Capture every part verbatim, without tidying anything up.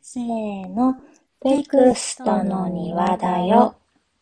せーの、テクストの庭だよ。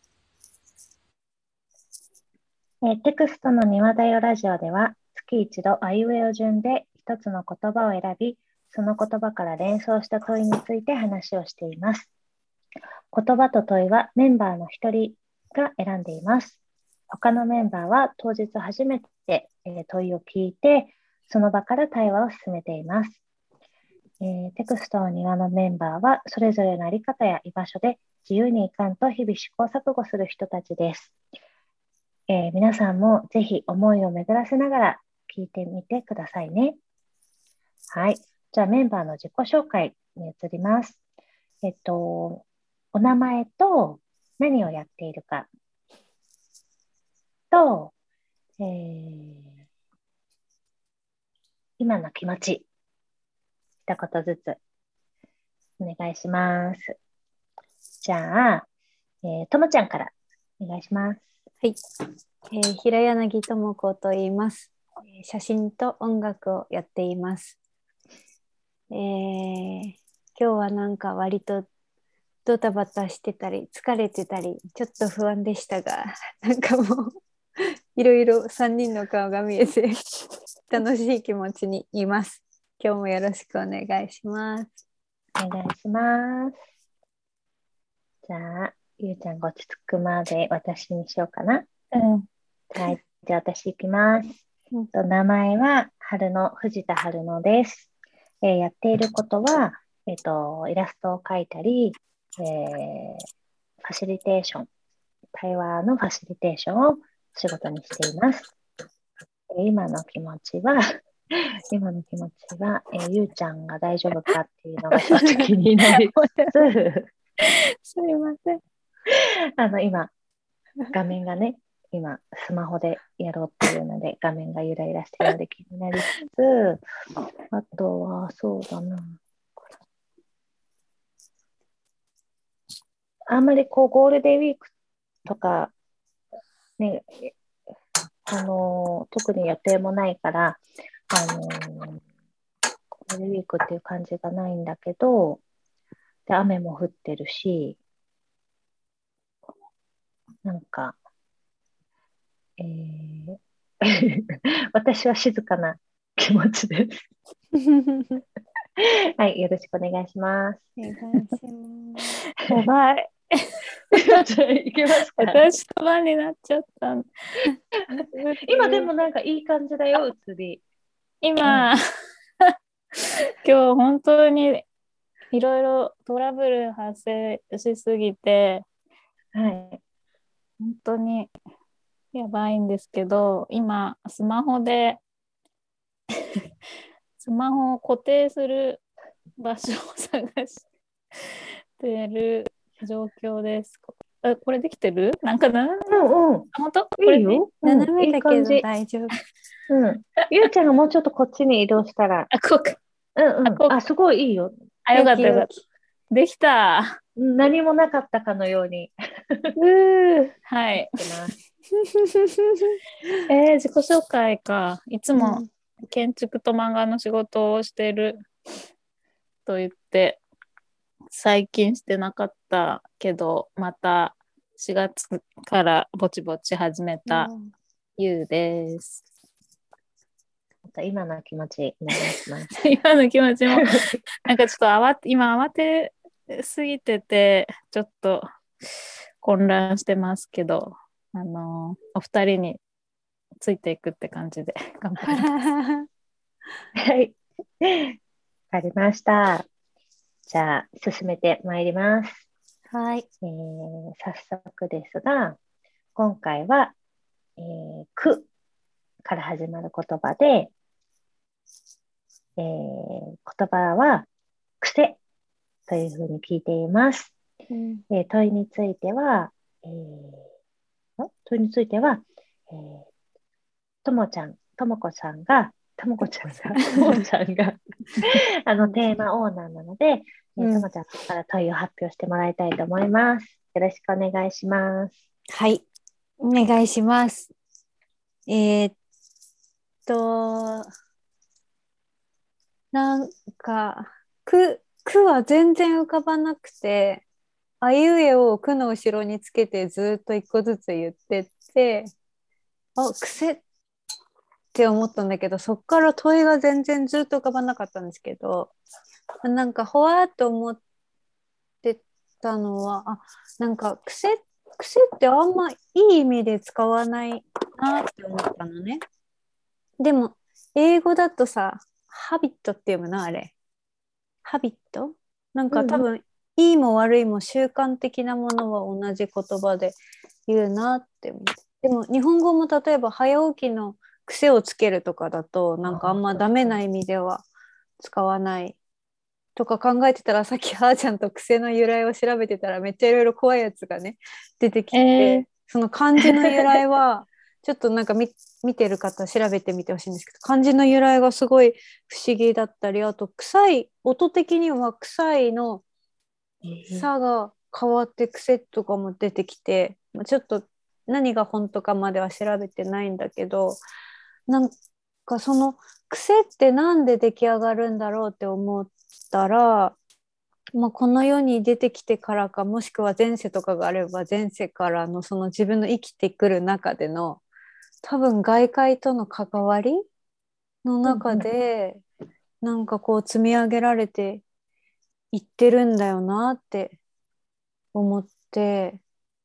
えーテクストの庭だよラジオでは、月一度あいうえお順で一つの言葉を選び、その言葉から連想した問いについて話をしています。言葉と問いはメンバーの一人が選んでいます。他のメンバーは当日初めて、えー問いを聞いて、その場から対話を進めています。えーテクストの庭のメンバーは、それぞれのあり方や居場所で自由にいかんと日々試行錯誤する人たちです。えー皆さんもぜひ思いを巡らせながら聞いてみてくださいね。はい。じゃあメンバーの自己紹介に移ります。えっと、お名前と何をやっているかと、えー今の気持ち、一言ずつお願いします。じゃあ、えーともちゃんからお願いします。 はい、えー平柳智子と言います。えー写真と音楽をやっています。えー今日はなんか割とドタバタしてたり、疲れてたり、ちょっと不安でしたが、なんかもういろいろさんにんの顔が見えて楽しい気持ちにいます。今日もよろしくお願いします。 お願いします。じゃあ、ゆうちゃんが落ち着くまで私にしようかな。 うん。 はい。じゃあ私行きます。 うんと名前は春野、藤田春野です。えーやっていることは、えっと、イラストを描いたり、えーファシリテーション、対話のファシリテーションを仕事にしています。えー今の気持ちは、今の気持ちは、えーゆうちゃんが大丈夫かっていうのがちょっと気になりつつ、 すいません。 あの、今、画面がね、今、スマホでやろうっていうので、画面がゆらゆらしてるので気になりつつ、あとは、そうだな。あんまりこう、ゴールデンウィークとか、ね、あの、特に予定もないから、あの、ゴールデンウィークっていう感じがないんだけど、で、雨も降ってるし、なんか、えー私は静かな気持ちです。はい、よろしくお願いします。 お願いします。やばい。 じゃあ、いけますか？ 私と番になっちゃった。 今でもなんかいい感じだよ、映り。うん。 今、今日本当にいろいろトラブル発生しすぎて、 はい。 本当にやばいんですけど、今、スマホで、スマホを固定する場所を探してる状況です。あ、これできてるなんか斜め、 うんうあ、本当ん。 これね、 いいよ。うん。 斜めいいだけど感じ。 大丈夫。 うん。ゆうちゃんがもうちょっとこっちに移動したら。 あ、こうか。あ、 うんうん。 こうか。 あ、すごいいいよ。 あ、よよかったよかった。 きよき。 できた。 何もなかったかのようにうー、はできい。 てます。 えー、自己紹介か。いつもうん。 建築と漫画の仕事をしてると言って、最近してなかったけど、またしがつからぼちぼち始めたゆうです。 また今の気持ちお願いします。 今の気持ちも、なんかちょっと慌て、今慌てすぎてて、ちょっと混乱してますけど、あのお二人についていくって感じで頑張ります。 はい。わかりました。じゃあ、進めてまいります。 はい。 えー早速ですが、今回は、えーくから始まる言葉で、えー言葉は癖というふうに聞いています。 うん、 えー問いについては、えーん問いについては、えーともちゃん、ともこさんが、ともこちゃんが、ともちゃんがあの、テーマオーナーなので、えーとうん、 もちゃんから問いを発表してもらいたいと思います。よろしくお願いします。 はい。お願いします。えーっと、なんか、く、 句は全然浮かばなくて、あいうえを句の後ろにつけてずっと一個ずつ言ってって、あ、癖って思ったんだけど、そっから問いが全然ずっと浮かばなかったんですけど、なんかほわーっと思ってたのは、あ、なんか癖、癖ってあんまいい意味で使わないなって思ったのね。でも、英語だとさ、ハビットっていうのあれ。ハビットなんうんうん。 か多分、いいも悪いも習慣的なものは同じ言葉で言うなって思う。でも、日本語も例えば早起きの癖をつけるとかだと、なんかあんああ、 まダ確かに。 メな意味では使わないとか考えてたら、さっきはーちゃんと癖の由来を調べてたらめっちゃいろいろ怖いやつがね出てきえて、その漢字の由来はちょっとなんか見、見てる方調べてみてほしいんですけど、漢字の由来がすごい不思議だったり、あと臭い、音的には臭いのー、 さが変わって癖とかも出てきて、まあちょっと何が本当かまでは調べてないんだけど、なんかその癖ってなんで出来上がるんだろうって思ったら、まあ、この世に出てきてからか、もしくは前世とかがあれば前世からのその自分の生きてくる中での多分外界との関わりの中うんうん。 でなんかこう積み上げられていってるんだよなって思って、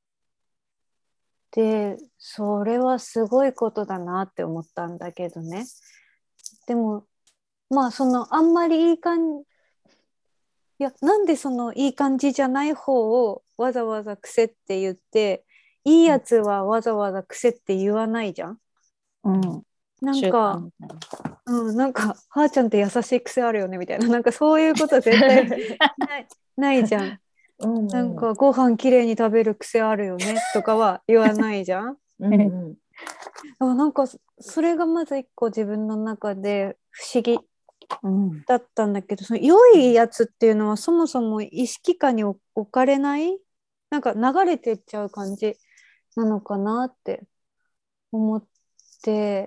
でそれはすごいことだなって思ったんだけどね。でもまあそのあんまりいい感じ、いや、なんでそのいい感じじゃない方をわざわざ癖って言って、いいやつはわざわざ癖って言わないじゃん。 うん。習慣なんか、 みたいな。 うん、なんか、はーちゃんって優しい癖あるよねみたいな、なんかそういうことは絶対ない、ないじゃん。 うんうん。 なんか、ご飯きれいに食べる癖あるよねとかは言わないじゃん。 うんうん。 あ、なんか、それがまず一個自分の中で不思議うん。 だったんだけど、その良いやつっていうのはそもそも意識下に置かれない、なんか流れてっちゃう感じなのかなって思って、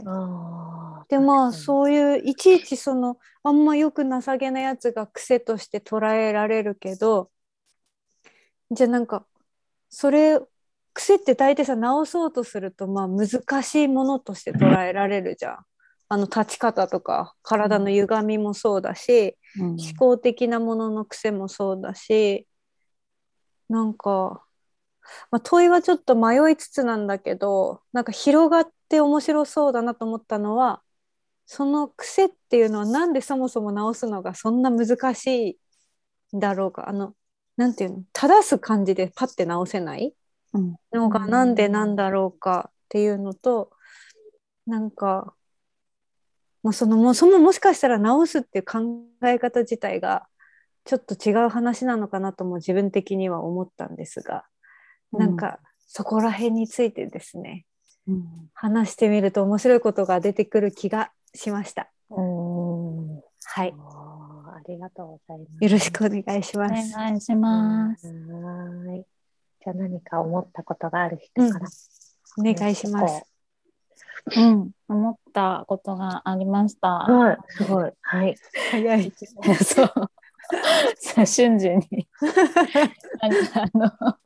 ああ、 でまあ確かに。 そういういちいちそのあんまよく情けなやつが癖として捉えられるけど、じゃあなんかそれ癖って大抵さ直そうとするとまあ難しいものとして捉えられるじゃん。あの立ち方とか体のうん。 歪みもそうだし、思うん。 考的なものの癖もそうだし、なんか、まあ、問いはちょっと迷いつつなんだけど、なんか広がって面白そうだなと思ったのは、その癖っていうのはなんでそもそも直すのがそんな難しいんだろうか。あの、なんていうの、正す感じでパッて直せないうん。 のがなんでなんだろうかっていうのと、なんか、まあ、そのもうそのもしかしたら直すっていう考え方自体がちょっと違う話なのかなとも自分的には思ったんですが、 うん。 なんかそこら辺についてですね、 うん。 話してみると面白いことが出てくる気がしました。 おー、 はい。 あー、ありがとうございよろします。 くお願いしおます。 願いしはます。 ーい。じゃあ何か思ったことがある人うん。 からお願い話しします。 てこう。うん、思ったことがありました。 はい。 すごい。はい。 早い。 そう。そう瞬時に。なんかあの、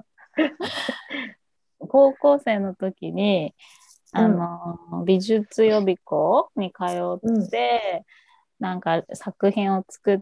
高校生の時に、あうん、 うの、美術予備校に通っん。うん。 て、なんか作品を作って、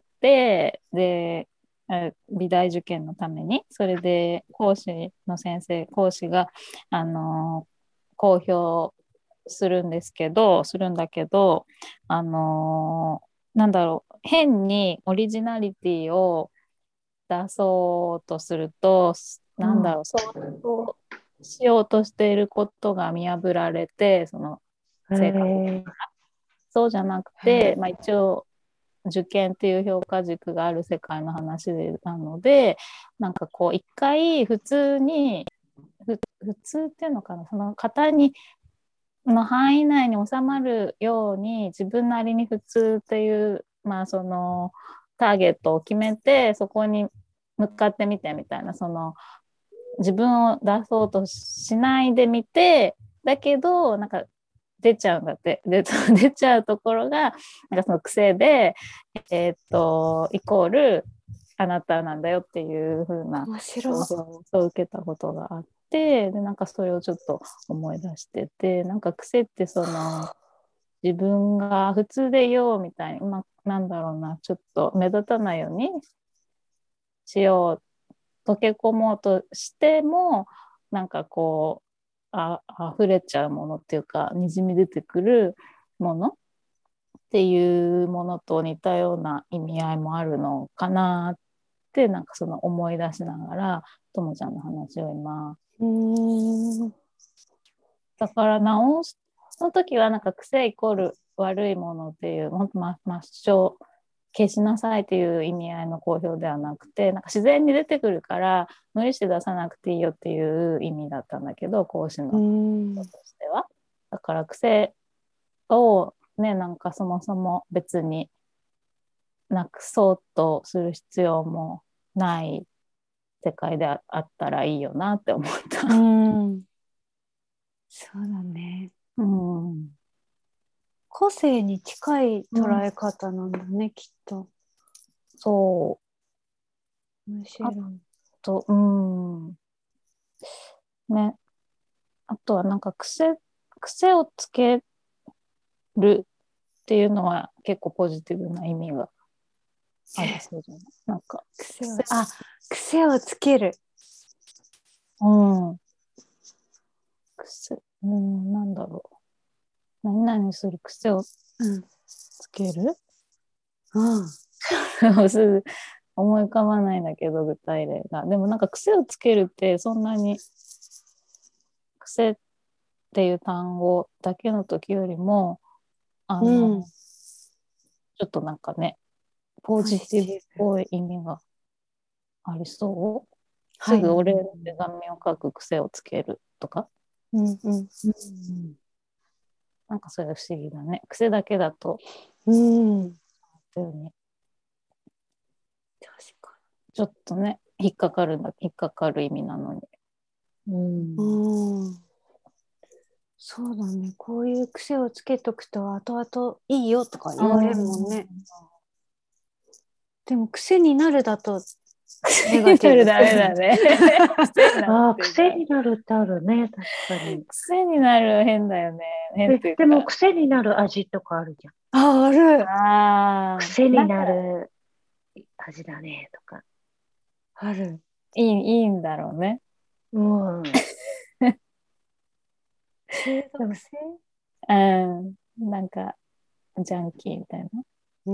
で、え美大受験のために、それで講師の先生、講師が、あの、公表するんですけど、するんだけど、あの、なんだろう、変にオリジナリティを出そうとすると、なんだろう、そうしようとしていることが見破られて、そのへ成果物、 え。 そうじゃなくて、まあ、一応受験っていう評価軸がある世界の話なので、なんかこう一回普通にふ普通っていうのかな、その型にの範囲内に収まるように自分なりに普通っていう、まあ、そのターゲットを決めてそこに向かってみてみたいな、その自分を出そうとしないでみて、だけどなんか出ちゃうんだって、で出ちゃうところがなんかその癖で、えーっとイコールあなたなんだよっていう風な面白い。 表彰を受けたことがあって、でなんかそれをちょっと思い出してて、なんか癖ってその自分が普通でいようみたいに、まあ、なんだろうな、ちょっと目立たないようにしよう、溶け込もうとしても、なんかこう、あ、溢れちゃうものっていうか、にじみ出てくるものっていうものと似たような意味合いもあるのかなって、なんかその思い出しながら、ともちゃんの話を今、 うーん。 だから直す、その時はなんか癖イコール悪いものっていう、本当抹消、消しなさいっていう意味合いの公表ではなくて、なんか自然に出てくるから無理して出さなくていいよっていう意味だったんだけど、講師うのん。 人としては。だから癖をね、なんかそもそも別になくそうとする必要もない世界であったらいいよなって思っうた。 ん。そうだね。 うん。 個性に近いうん捉え方なんだね、きっと。 そ面う。あ白い。 と、うん。ね。あとはなんか癖、癖をつけるっていうのは結構ポジティブな意味がありそうじゃない？なんか、 癖を、あ、癖をつける。 うん。癖、うん、なんだろう。何々する癖をうん。 つけるうん。 すぐ思い浮かばないんだけど、具体例が。でもなんか癖をつけるってそんなに癖っていう単語だけの時よりも、あうの、 ん。 ちょっとなんかね、ポポジジティブっティブ。 ぽい意味がありそう。 はい。 すぐお礼の手紙を書く癖をつけるとか。 うんうん。 うんなんかそれは不思議だね。癖だけだと、 うん。 ように確かちょっとね、引っかかるんだ、引っかかる意味なのに。 うに。 ん。 うん。そうだね。こういう癖をつけとくと後々いいよとか言われるもんね。でも癖になるだとネガティブ。 それダメだね。癖になああ、 って癖になるってあるね、確かに。 癖になる変だよね。変っていえ、でもうか。 癖になる味とかあるじゃん。 あ、ある。 ああ、 癖にななんかる味だね、とか。 ある。 いい、いいんだろうね。 うん。 中でも、 毒性。 うん。なんか、ジャンキーみたいな。 うん。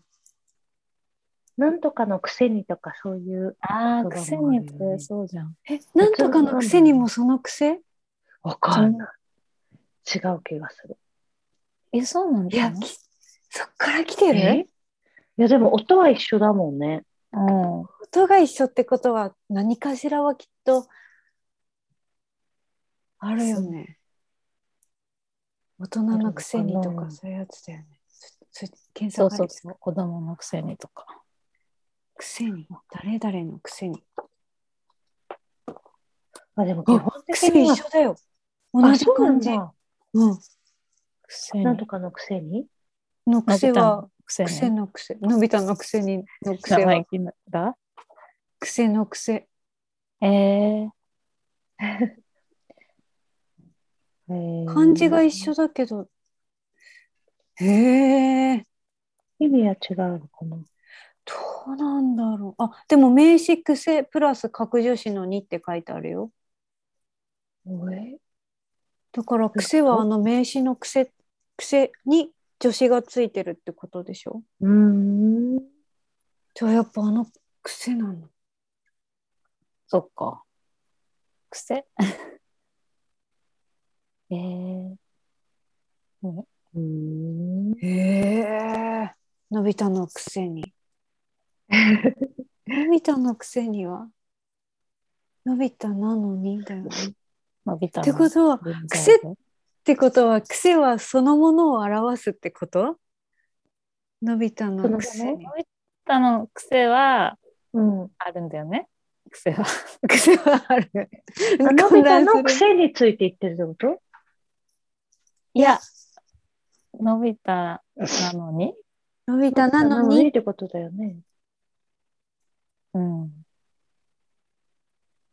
なんとかのくせにとかそういうああ、 言葉もあ癖にるよね。 ってそうじゃん。 え、なんとかのなんだろうね。 癖にもその癖。 わかんない。違う気がする。 え、そうなのいや、 かな？ きそっから来てえる。 いや、でも音は一緒だもんね。 うん。 音が一緒ってことは何かしらはきっとあるよね。大人のくあるのかせにとかな。 そういうやつだよね。そそ検そう索ありですか？ そうそう。子供のくせにとか。 くせに。誰々のくせに。 あ、でも基あ、 本的癖には、 一緒だよ。同あ、 じそうな感じ。 んだ。 うん。 くせに。 なんとかのくせに。 ののび太の癖は、癖くせに。 の癖。のび太のくせにの癖は、 生意気だ。 癖の癖。 えー、 へ漢字が一え。 緒だけど、へえ、 意味は違うのかな。 どうなんだろう。あ、でも名詞癖プラス格助詞のにって書いてあるよ。 え、 だからどういう癖はあこの名詞の癖、癖に助詞がついてるってことでしょ。 と？うーん。 じゃあやっぱあの癖なの。 そっか。くせえー、ねうーん。 へえ。のび太のくせに。のび太のくせには、のび太なのにだよね。ってこのび太のとは、 分際癖っで。 てことは、癖はそのものを表すってこと？のび太のそのもの。 くせに。 のび太の癖はうん。 あるんだよね。癖は。 癖はある。 あ、のび混太の乱する。 癖について言ってるってこと？ いや、 いや、のび太なのにのび太なのび太のに、 なのにってことだよね。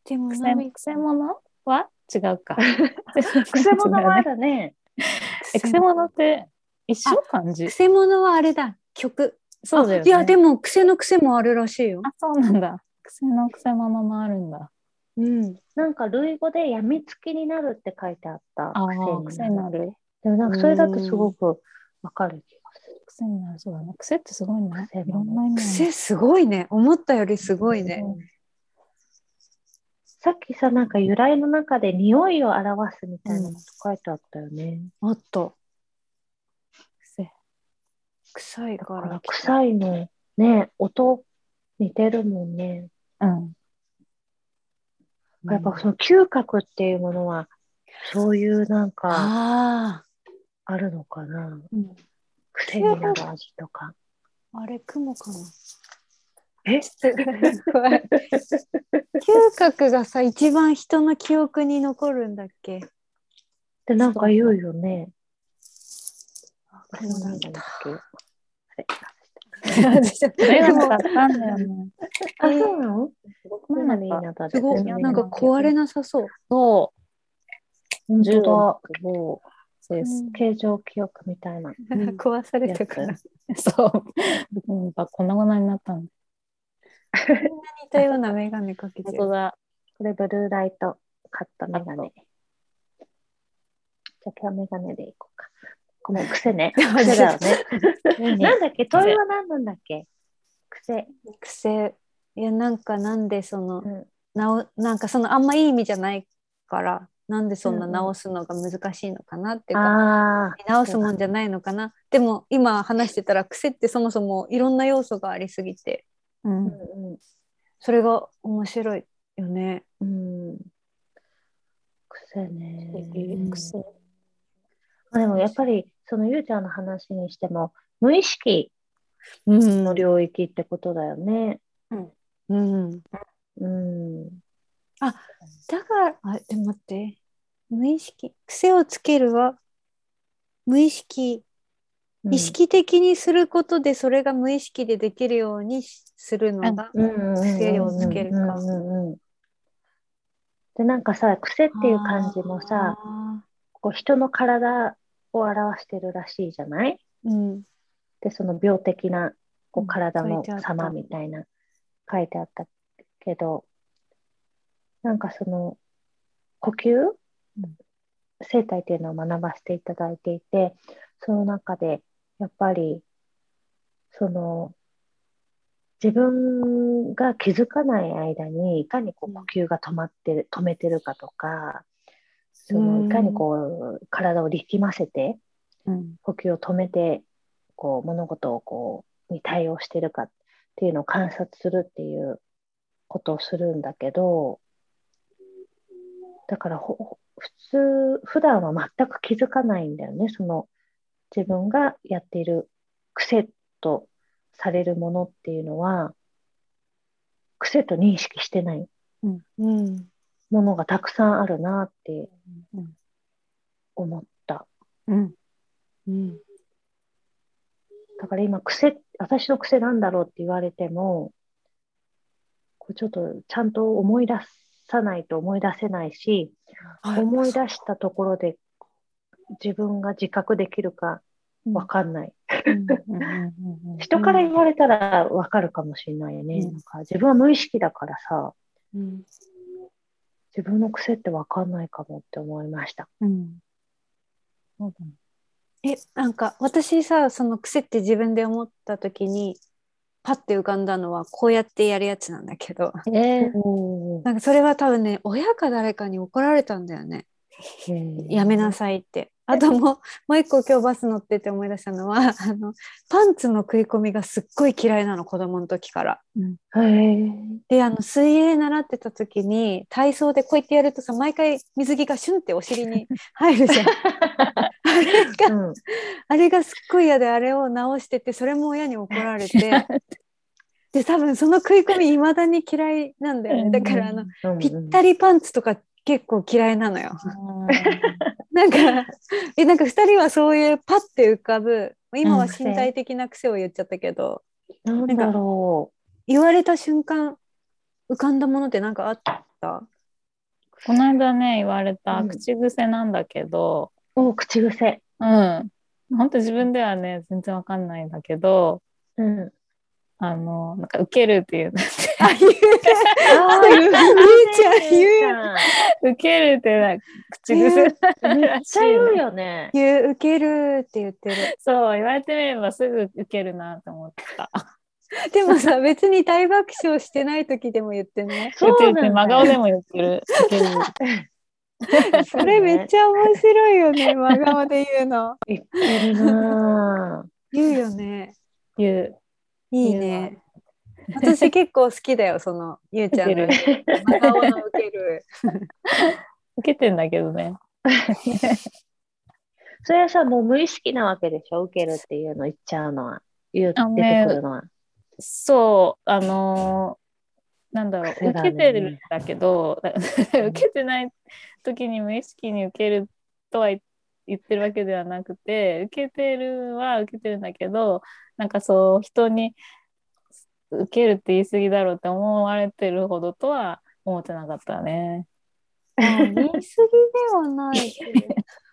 でもくせなみくせ者は違うか。 くせ者もあ違うね。 るね。 え、くせ者って一緒感じ。 くせ者はあれだ、曲。 そうだよね。 あ、いや、でも、癖の癖もあるらしいよ。 あ、そうなんだ。くせのくせ者もあるんだ。 うん。 なんか類語でやみつきになるって書いてあった。 ああ、 癖に癖なる。 になる。 でもなんかそれだとすごくわかる気がする。 癖になる。そうだね。癖ってすごいね。 癖いろんな意味ある。 癖すごいね。思ったよりすごいね。 うんさっきさ、なんか由来の中で匂いを表すみたいなこと書いてあったよね。 あった。 癖。 臭いだからから来た。 臭いの、ね、音似てるもんね。 うん。 やっぱその嗅覚っていうものは、そういうなんかああ。 あるのかな。 うん癖になる味とか。 あれ、雲かな。 えちょっと怖い。嗅覚がさ、一番人の記憶に残るんだっけ。 ってなんか言うよね。 雲だっなんだっけ。 た。 メガネ買ったんだよね。 あ、そうなのすごくメないなんかガネいいな、だすごい。なんか壊れなさそう。 そう。 本当だ。 某セース。 形状記憶みたいな。 壊されたから。 そう。うん、やっぱ粉々になったんだ。 似たようなメガネかけてる。 本当だ。 これブルーライト買ったメガネ。じゃあ今日メガネでいこうか。ごめん、癖ね。癖だよね。なんだっけ問いは何なんだっけ癖。 癖。いや、なんかなんでその、 うん、 なおなんかそのあんまいい意味じゃないから、なんでそんなうんうん直すのが難しいのかなっていうか、 ああ、 直すもんじゃないのかな。でも今話してたら癖ってそもそもいろんな要素がありすぎて、 う。 うんん。 それが面白いよね。 うん。うん。癖ね。 癖。 まあ、でもやっぱり、そのゆうちゃんの話にしても、無意識うんの領域ってことだよね。 うん。 うん。 あ、だから、あ、でも待って。無意識。癖をつけるは、無意識、 うん意識的にすることで、それが無意識でできるようにするのが、 うんうん癖をつうんうんうけるか。 んうんうん。で、なんかさ、癖っていう漢字もさ、 あこう人の体を表してるらしいじゃない。 ーうん。 で、その病的なこううん体書いの様てあった。 みたいな書いてあったけど、なんかその呼吸、生態っていうのを学ばせていただいていて、その中でやっぱりその自分が気づかない間にいかにこう呼吸が止まってる、止めてるかとか、そのいかにこう体を力ませてうん。 呼吸を止めてこう物事をこうに対応してるかっていうのを観察するっていうことをするんだけど、だからほ普通普段は全く気づかないんだよね。その自分がやっている癖とされるものっていうのは癖と認識してないうん。 うん。 ものがたくさんあるなってうん。 思った。 うん。 うん。 だから今癖、私の癖なんだろうって言われても、こうちょっとちゃんと思い出さないと思い出せないし、 はい思い出したところで自分が自覚できるかわかんない。人から言われたらわかるかもしれないよね。 うんなんか自分は無意識だからさ、 うん自分の癖ってわかんないかもって思いました。 うん。そうだね。 え、なんか私さ、その癖って自分で思った時に、パッて浮かんだのはこうやってやるやつなんだけど、 えー、 おーなんかそれは多分ね、親か誰かに怒られたんだよね。 へーやめなさいって。あともう、もう一個今日バス乗ってて思い出したのは、あの、パンツの食い込みがすっごい嫌いなの、子供の時から。 へーで、あの、水泳習ってた時に、体操でこうやってやるとさ、毎回水着がシュンってお尻に入るじゃん。あれが、 うんあれがすっごい嫌で、あれを直してて、それも親に怒られて、で、多分その食い込み未だに嫌いなんだよね。だからあの、 うんぴったりパンツとか結構嫌いなのよ。なんか、え、なんか二人はそういうパッて浮かぶ、今は身体的な癖を言っちゃったけど、 なんだろ言われた瞬間浮かんだものって何かあった？ この間ね、言われうたん、 口癖なんだけど、 お、口癖。 うん。本当自分ではね、全然わかんないんだけど、 うん。 あの、なんか、受けるっていうんだっあ、言う。 ああ、言うゆうちゃんね、ゆうち言う。 ゃん。 て。受けるってな口言う。 癖めっらしちゃ言ういね。 よね。 言う、受けるって言ってる。 そう、言われてみればすぐ受けるなと思った。 でもさ、別に大爆笑してない時でも言ってない？ そう言ってるって真なんだよ。 顔でも言ってる。受ける。 それめっちゃ面白いよね、真顔で言うの。 言ってるなぁ。 言うよね。 言う。 いい言うわ。 ね。私結構好きだよ、その、ゆうちゃんの受ける。 真顔の受ける。 受けてんだけどね。 それはさ、もう無意識なわけでしょ？受けるっていうの言っちゃうのは。言う、 あの出てくね、 るのは。 そう、あのーなんだろう、 癖が受けてるんね。 だけど、受けてない時に無意識に受けるとは言言ってるわけではなくて、受けてるは受けてるんだけど、なんかそう、人に受けるって言い過ぎだろうって思われてるほどとは思ってなかったね。 ああ、言い過ぎではないけど。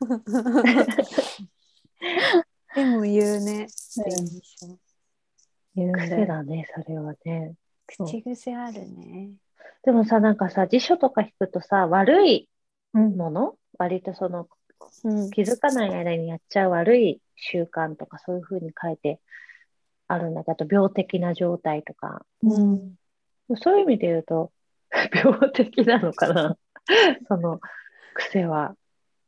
でも言うねっていう印象。 言うんだよ。 癖だね、それはね。 口癖あるね。 でもさ、なんかさ、辞書とか引くとさ、悪いうん。 もの割とそのうん。 気づかない間にやっちゃう悪い習慣とかそういうふうに書いてあるんだけど、あと病的な状態とか。 うん。 そういう意味で言うと、病的なのかなその癖は。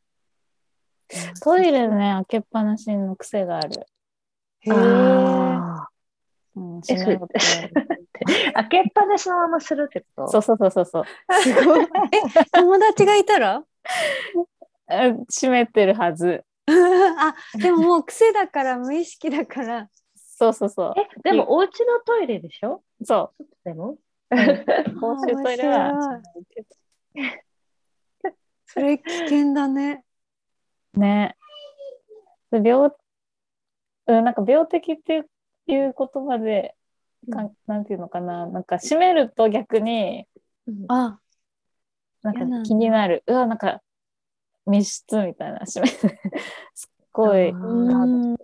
トイレね、開けっぱなしの癖がある。 へえ。 ああ。 うん、 え、 閉めそれ、 ようと思う。 開けっぱなしのままするってこそうそうそうそうそう。 すごい。え、友達がいたら？ あ閉めてるはず。 あ、でももう癖だから無意識だから。 そうそうそと？え、でう。いもお家のトイレでしょ？ そ外でも？ う。うん。 あ、 公衆面トイレは白い。 閉めるけそれ危険だね。 ど。ね。で病、うんなんか病的っていう言葉で、かなんていうのかな。なんか閉めると逆にうん、 あ、 なんか嫌なんだ。 気になる。うわ、なんか密室みたいな閉める。すっあごいハード。 うん。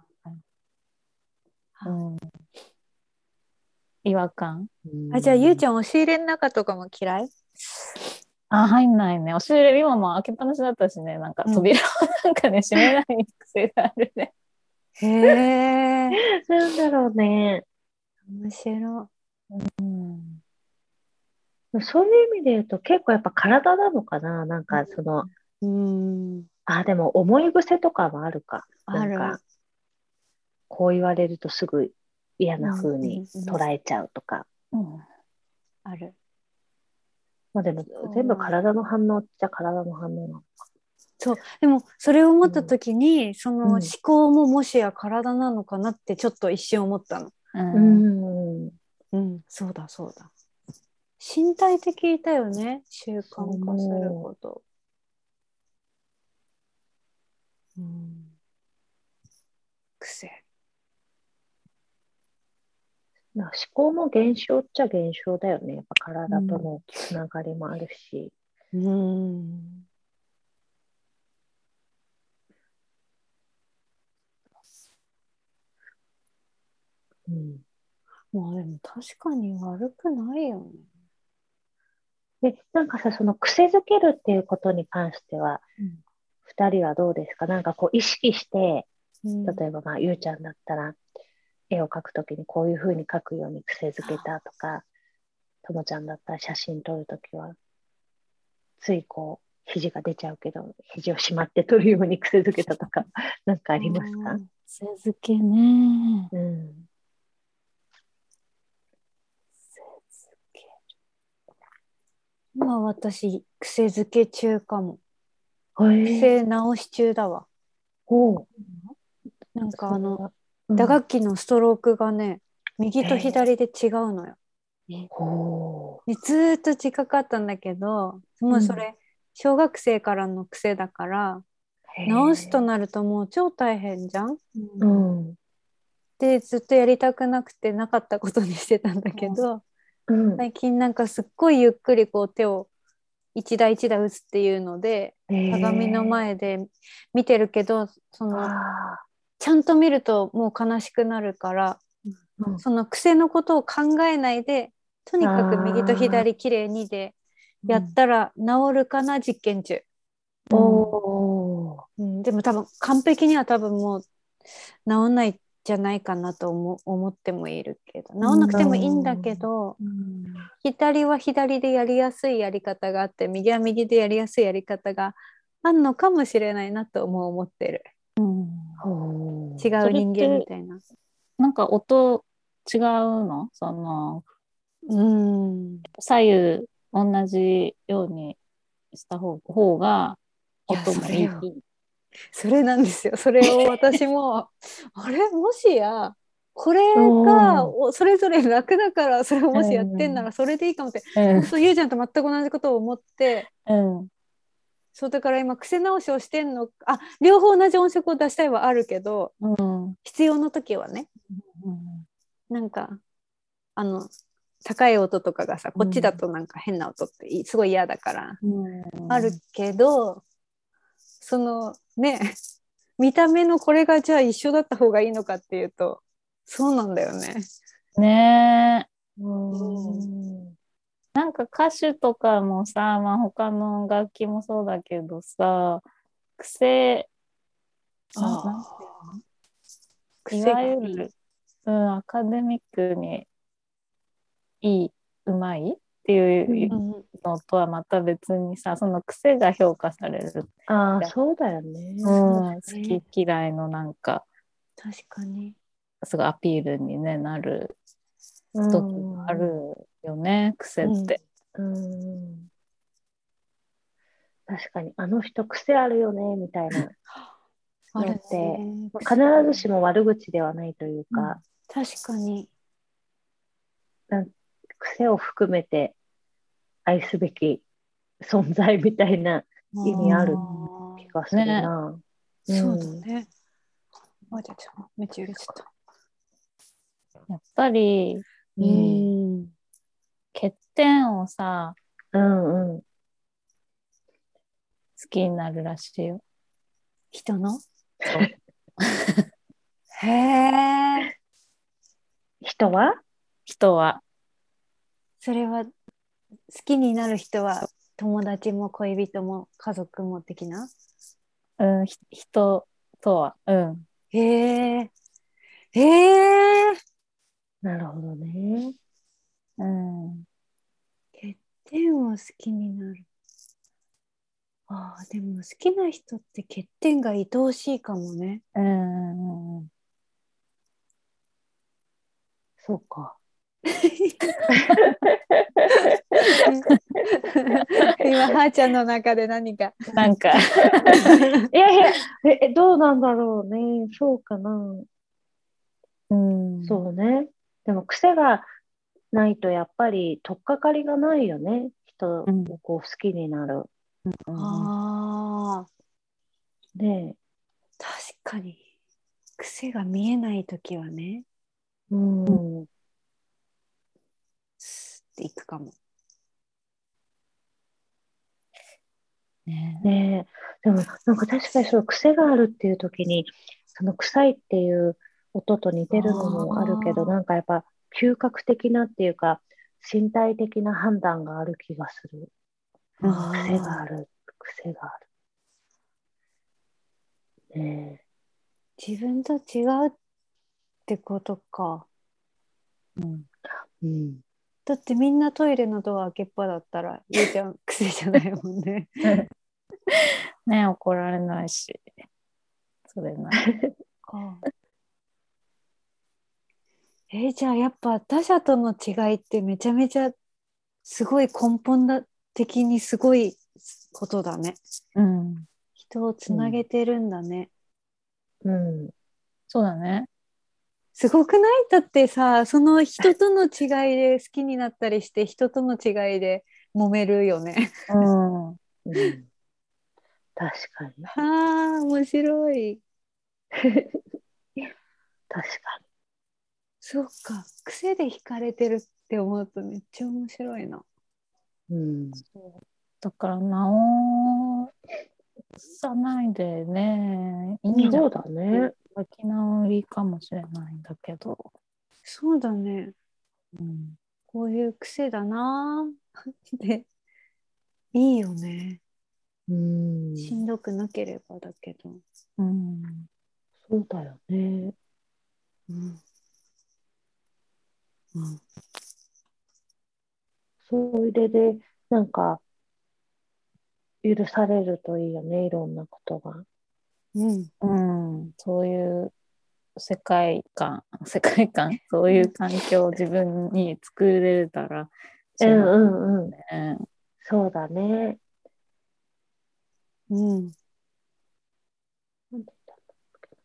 うん。違和感。 あ、じゃあ、ゆうちん。 ゃん、押し入れの中とかも嫌い？ あ、入んないね。押し入れ、今も開けっぱなしだったしね、なんかうん。 扉をなんかね、閉めない癖があるね。 へえ、 なんだろうね。 面白うん。 そういう意味で言うと結構やっぱ体なのかな。なんかその、 い。うん。 あ、でも思い癖とかもあるか。なある。 んか、こう言われるとすぐ嫌なうん、 風にうん、うん。 捉えちゃうとか。 うんある。 まあでも全部そうなんだ。 体の反応っちゃ体の反応なのか。 そう。でも、それを思ったうん。 ときに、その思うん。 考ももしや体なのかなってちょっと一瞬思ったの。 ううん。 ん。 うん、そうだ、そうだ。身体的だよね。習そう慣化する思こと。うん。癖。 う。なんか思考も現象っちゃ現象だよね。やっぱ体とうん。 のつながりもあるし。 うん。 うん。 まあでも確かに悪くないよね。 で、なんかさ、その癖づけるっていうことに関しては、 うん二人はどうですか？なんかこう意識して、 うん、 例えばまあ、ゆうちゃんだったら、絵を描くときにこういうふうに描くように癖づけたとか、ともちゃんだったら写真撮るときは、ついこう、肘が出ちゃうけど、肘をしまって撮るように癖づけたとか、なんかあありますか？ ー、 癖づけね。 うん。 癖づけ。 今私、癖づけ中かも。 へえ、 癖直し中だわ。 おう、 なんかあの、 それは、うん。 打楽器のストロークがね、右とへえ、 左で違うのよ。 ほでずーっと自覚あったんだけど、 う。うん。 もうそれ、小学生からの癖だから、 へ直すとえ、 なるともう超大変じゃん。ううん、 ん。 で、ずっとやりたくなくてなかったことにしてたんだけど、 うん。 最近なんかすっごいゆっくりこう手を一打一打打つっていうので、鏡の前で見てるけど、そのちゃんと見るともう悲しくなるから、うん、その癖のことを考えないで、とにかく右と左きれいにでやったら治るかな、実験中。おうん、でも多分完璧には多分もう治んないじゃないかなと思思ってもいるけど、治んなくてもいいんだけど、うん、左は左でやりやすいやり方があって、右は右でやりやすいやり方があんのかもしれないなとも思ってる、うん、違う人間みたいな。 なんか音違うの？その、うん、左右同じようにした方、方が音もいい。 それなんですよ。それを私もあれもしやこれがそれぞれ楽だから、それをもしやってんならそれでいいかもって、うん、本当ゆうちゃんと全く同じことを思って、うん、そうだから今癖直しをしてんの、あ、両方同じ音色を出したいはあるけど、うん、必要な時はね、うん、なんかあの高い音とかがさ、こっちだとなんか変な音ってすごい嫌だから、うん、あるけど、そのね、見た目のこれがじゃあ一緒だった方がいいのかっていうと、そうなんだよね。 ねえ。うん、なんか歌手とかもさ、まあ、他の楽器もそうだけどさ、癖、あなんていうの？いわゆる、うん、アカデミックにいい、うまいっていうのとはまた別にさ、その癖が評価される。 ああ、そうだよね。 うん、好き嫌いのなんか、 確かに。 すごいアピールに、ね、なる時があるよね、癖って。うん、うん確かに、あの人癖あるよね、みたいなのって、ね、必ずしも悪口ではないというか。うん、 確かに。 癖を含めて愛すべき存在みたいな意味ある気がするな。 ね、うん、そうだね。あ、じゃあめっちゃ揺れちゃった。 やっぱり、うん、欠点をさ、 うんうん、好きになるらしいよ。 人の？そう。へえ。 人は？ 人は。 それは好きになる人は友達も恋人も家族も的な？ うん、人とは。うん。 へえ。へえ。 なるほどね。 うん。 欠点を好きになる。ああ、でも好きな人って欠点が愛おしいかもね。 うん。 そうか。 今、はーちゃんの中で何か。 なんか。 いやいや、え、どうなんだろうね。そうかな。 うん。 そうね。でも癖がないとやっぱり取っかかりがないよね。人をこう好きになる。 うん、ああ。 で、 確かに。癖が見えないときはね。 うん。 スッていくかも。 ねえ。ねえ。でも、なんか確かにその癖があるっていうときに、その臭いっていう音と似てるのもあるけど、なんかやっぱ嗅覚的なっていうか、身体的な判断がある気がする。癖がある、癖がある。ねえ。 自分と違うってことか。 うん。 うん、 だってみんなトイレのドア開けっぱだったら、ゆうちゃん癖じゃないもんね。 ね、怒られないし。それなか。えー、じゃあやっぱ他者との違いってめちゃめちゃすごい根本だ的にすごいことだね。 うん。 人をつなげてるんだね。 うん。うん、 そうだね。 すごくない？だってさ、その人との違いで好きになったりして、人との違いで揉めるよね。 うん。 うん、確かに。 はあ、面白い。 確かそっか、癖で惹かれてるって思うとめっちゃ面白いな。 に。うん。 だから直さないでね、いいんじゃそうだね。 開き直りかもしれないんだけど。 そうだね。 うん。 こういう癖だなーで、いいよね。 うん。 しんどくなければだけど。 うん。 そうだよね。 うん。うん。 それで、なんか、許されるといいよね、いろんなことが。 うん。 うん、そういう世界観、世界観、そういう環境を自分に作れたらうん幸うんうん。 せね。 そうだね。 うん。 なんて言ったんだっけ。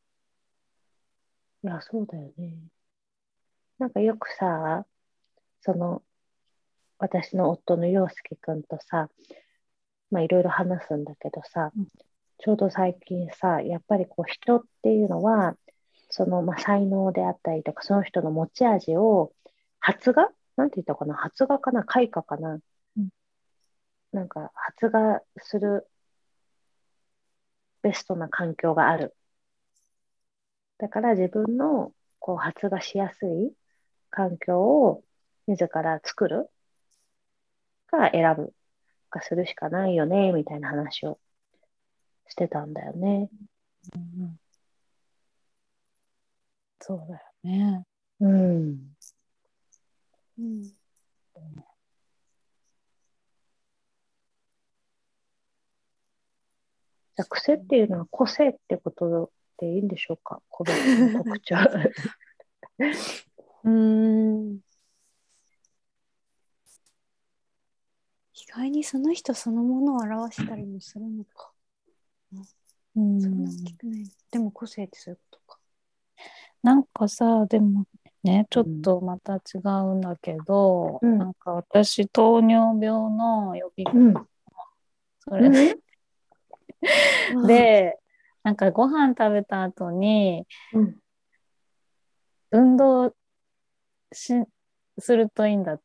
いや、そうだよね。なんかよくさ、その、私の夫の陽介くんとさ、まあいろいろ話すんだけどさ、ちょうど最近さ、やっぱりこう人っていうのは、その、まあ、才能であったりとか、その人の持ち味を、発芽なんて言ったかな発芽かな開花かなうん。 なんか発芽するベストな環境がある。だから自分のこう発芽しやすい環境を自ら作るか選ぶかするしかないよね、みたいな話をしてたんだよね。 うん、そうだよね。 うん。 うん。 じゃあ癖っていうのは個性ってことでいいんでしょうか、個別の特徴。 うーん。意外にその人そのものを表したりもするのか。 うそんな大きん、 くない。でも個性ってそういうことか。 なんかさ、でもね、ちょっうん。 とまた違うんだけど、 うん。 なんか私、糖尿病の予備うん。 それで、 うん。 うんで、なんかご飯食べた後に、 うん。 運動し、するといいんだって、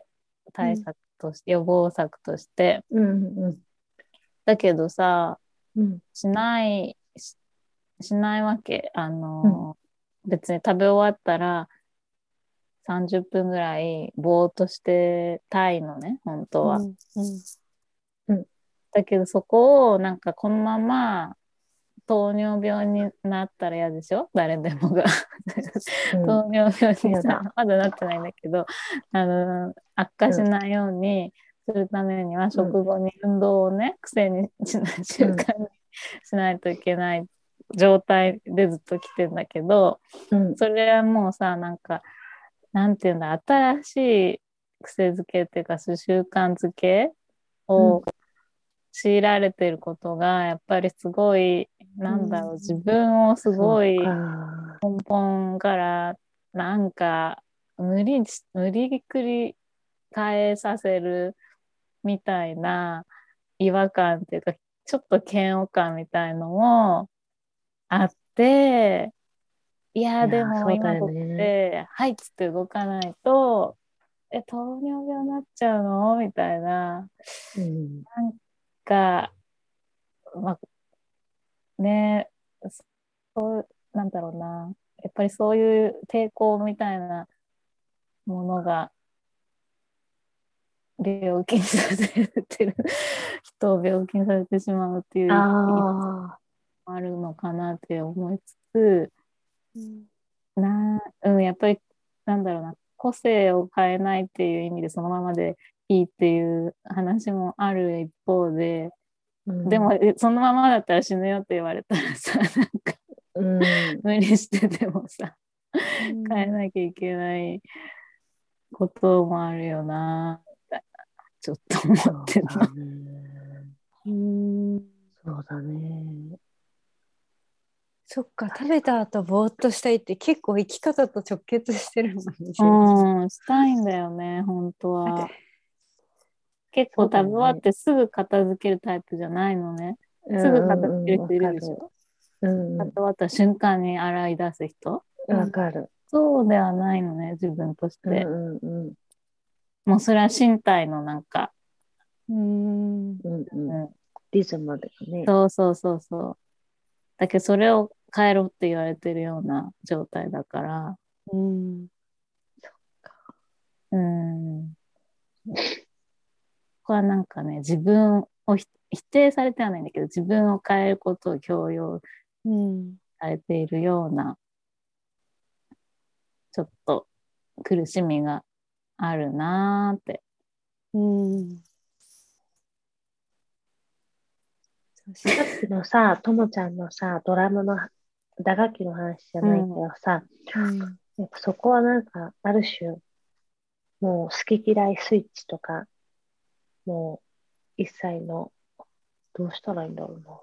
対うん策として、予防策として。 うん。うん。 だけどさ、 うん。 しない、し、しないわけ。あうん。 の、別に食べ終わったらさんじゅっぷんぐらいぼーっとしてたいのね、本当は。 うんうんうん。 だけどそこをなんかこのまま糖尿病になったら嫌でしょ、誰でもが。 うん。 糖尿病にさ、 やだ。 まだなってないんだけど、あの、悪化うん。 しないようにするためには、 うん。 食後に運動をね、癖にしない、習うん。 慣にしないといけない状態でずっと来てんだけど、 うん。 それはもうさ、なんか、なんていうんだ、新しい癖づけっていうか、そういう習慣づけうん。 を強いられてることが、やっぱりすごい、 うなんだろう、自ん分をすそうごいか。 根本から、なんか、無理し、無理くり変えさせるみたいな違和感っていうか、ちょっと嫌悪感みたいのもあって、いや、でいやー、そうだよも今ここね。 で、はいっつって動かないと、え、糖尿病になっちゃうのみたいな、 うん。 なんか、まあね、なんだろうな。やっぱりそういう抵抗みたいなものが病気にさせてる人を病気にさせてしまうってあいう一あ。 もあるのかなって思いつつ、 うんな、うん、やっぱりなんだろうな、個性を変えないっていう意味でそのままでいいっていう話もある一方で、でもうん。 えそのままだったら死ぬよって言われたらさ、なんかうん。 無理してでもさ、 う変えんなきゃいけないこともあるよな、みたいな、ちょっと思そうってるの。 だね。 うんそうだね。 そっか、食べ確かた後ぼーっとしたいって結構生き方と直結してるもんね、自分。 うん、したいんだよね、本当は。結構そう食べ終わっだよね。 てすぐ片付けるタイプじゃないのね。 うすぐ片付んうんうん。わける人いるかる。 でしょ。 うんう食べ終わった瞬間に洗い出す人。 ん。わかる。 そうではないのね、自分としうて。 んうんうん。 もうそれは身体のなんか、 うんうんうんうん。 うん、 リズムだよね。 そうそうそうそう。だけどそれを変えろって言われてるような状態だから、 うんうん。ここはなんかね、自分をひ否定されてはないんだけど、自分を変えることを強要うんされているような、ちょっと苦しみがあるなーって。 うんそしさっきのさ、ともちゃんのさ、ドラムの打楽器の話じゃないけどさ、 うんやっぱそこはなんか、ある種、もう好き嫌いスイッチとか、もう一切の、どうしたらいいんだろうな。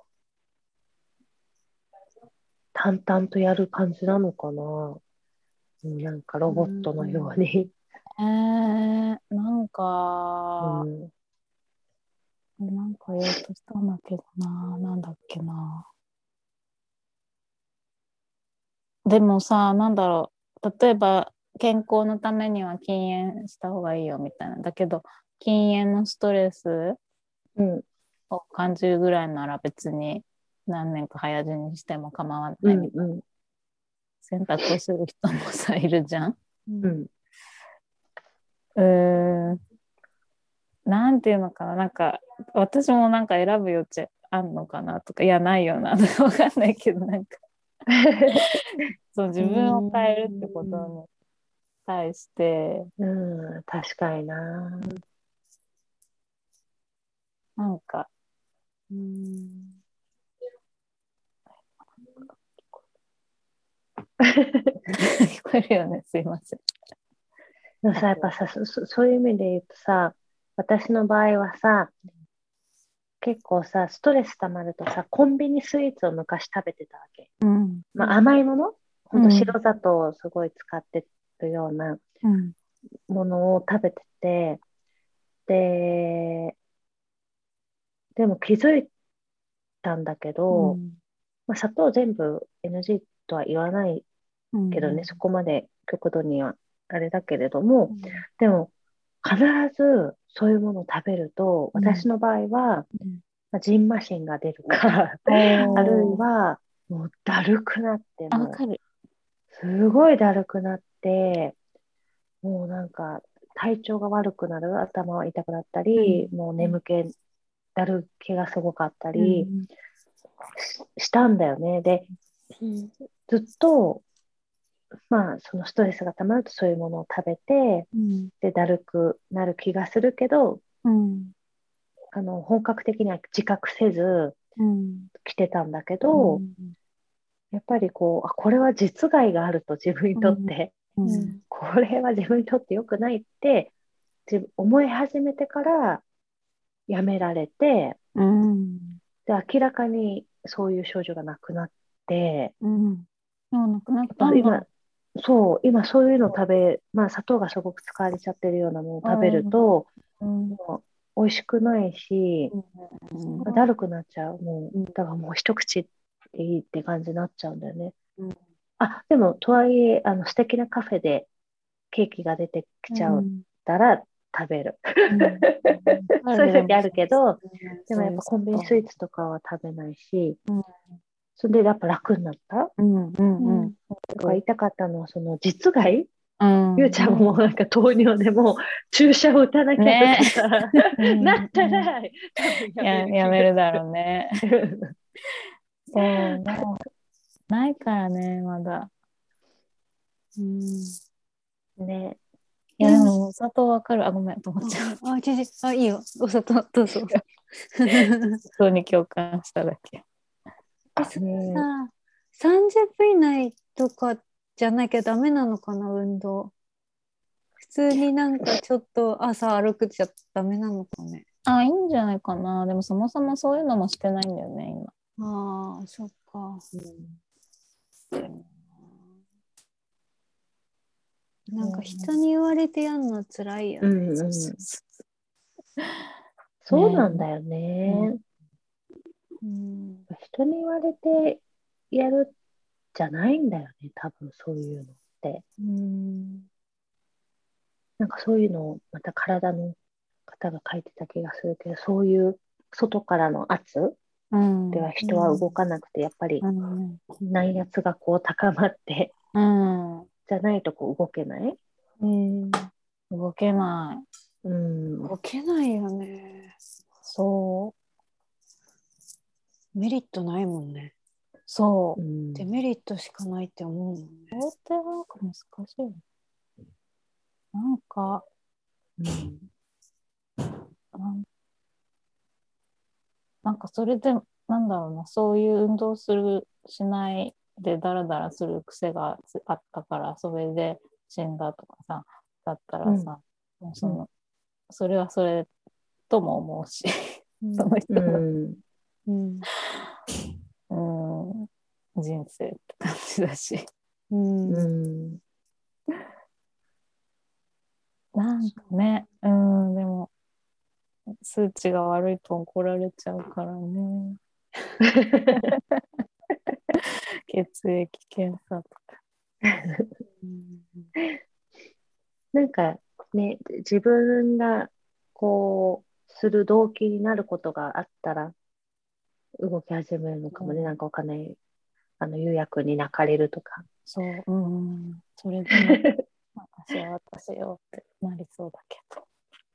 淡々とやる感じなのかな。うんなんかロボットのように。 えー、なんうか、 んなんか言おうとしたんだけどな、なんだっけな。でもさ、なんだろう。例えば、健康のためには禁煙した方がいいよみたいな。だけど、禁煙のストレスうんを感じるぐらいなら別に何年か早死にしても構わうないみたいなんうん選択をする人もさ、いるじゃん。 うんうーん、なんていうのかな。なんか、私もなんか選ぶ余地あんのかなとか、いや、ないよな。わかんないけど、なんか、そう自分を変えるってことに対して、 うん、確かにな。 なんか、 うん聞こえるよね、すいません。 でもさ、やっぱさ、そ、そそういう意味で言うとさ、私の場合はさ、結構さ、ストレス溜まるとさ、コンビニスイーツを昔食べてたわけ。 うん。 まあ、甘いもの、ほんとうん。 白砂糖をすごい使ってるようなうん。 ものを食べてて、で、でも気づいたんだけど、 うん。 まあ、砂糖全部 エヌジー とは言わないうん。 けどね、そこまで極度にはあれだけれども、 うん。 でも必ずそういうものを食べると、 うん。 私の場合は、 うん。 まあ、ジンマシンが出るか、あるいおー。 はもうだるくなって、 あ、わもかる。 うすごいだるくなって、もうなんか体調が悪くなる、頭が痛くなったり、 うん。 もう眠気、だる気がすごかったうりん。 ししたんだよね。で、 うんずっと、まあ、そのストレスが溜まるとそういうものを食べて、 うん。 で、だるくなる気がするけど、 うん。 あの、本格的には自覚せずうん。 来てたんだけうど、 ん。 やっぱりこう、あ、これは実害があると自分にうん。 とって、 うん。 うんこれは自分にとって良くないって自分思い始めてからやめられて、 うん。 で、明らかにそういう症状がなくなって、 うん。でもなくなっやったんだ。 ぱ今、そう、今そういうの食べ、まあ砂糖がすごく使われちゃってるようなものを食べるうん。 と、 うん。 もう美味しくないし、 うん。 だるくなっちゃう。もう、 うん。 だからもう一口でいいって感じになっちゃうんだよね。 うん。 あ、でも、とはいえ、あの、素敵なカフェでケーキが出てきちゃっうん。 たら食べる。 うん。ある、でも、 そういう時あるけど、でもそういうやっぱコンビニスイーツとかは食べないし、 うん。 それでやっぱ楽になった。 うん。うん。うん。 だから言いたかったのは、その実害、 うん。 ゆうちゃんもなんか糖尿でも注射を打たなきゃとね。 かさ、 うん。 なったうん。 ら多分やめや、 る気がやめるだろする。 うね。そう、もう、ないからね、まだ。 うんね。 いや、でも、お砂糖わかる。あ、ごめん、と思っあ、 ちゃう。 ごめん。あ、知事、あ、いいよ。お砂糖、どうぞ。 本当に共感しただけ。 え、それねさ、さんじゅっぷん以内とかじゃなきゃダメなのかな、運動。普通になんかちょっと朝歩くじゃダメなのかね。 あ、いいんじゃないかな。でも、そもそもそういうのもしてないんだよね、今。 ああ、そっか。 うんなんか人に言われてやんの辛いようね。 んうん。そうねなんだよえ。うん。 ね。 うん。 人に言われてやるじゃないんだよね、多分そういうのって。 うん。 なんかそういうのをまた体の方が書いてた気がするけど、そういう外からの圧うんでは人は動かなくて、やっぱりうん内圧がこう高まってうんじゃないとこう動けない。 うん、 動けない。 うん動けないよね。 そうメリットないもんね。 そうう。 んデメリットしかないって思うもんね。 それってなんか難しいよ。なんか、 うんなんなんかそれで、なんだろうな、そういう運動する、しないでダラダラする癖がつあったから、それで死んだとかさ、だったらさ、もうその、それはそれとも思うし、その人うの、 んうんうん、人生って感じだし。 うんううんんなんかね、うん、でも、数値が悪いと怒られちゃうからね。血液検査とか。 なんかね、自分がこうする動機になることがあったら動き始めるのかもね。 うんなんかわかんない。あの、釉薬に泣かれるとか。 そう、うん、それでも、私は私よってなりそうだけど。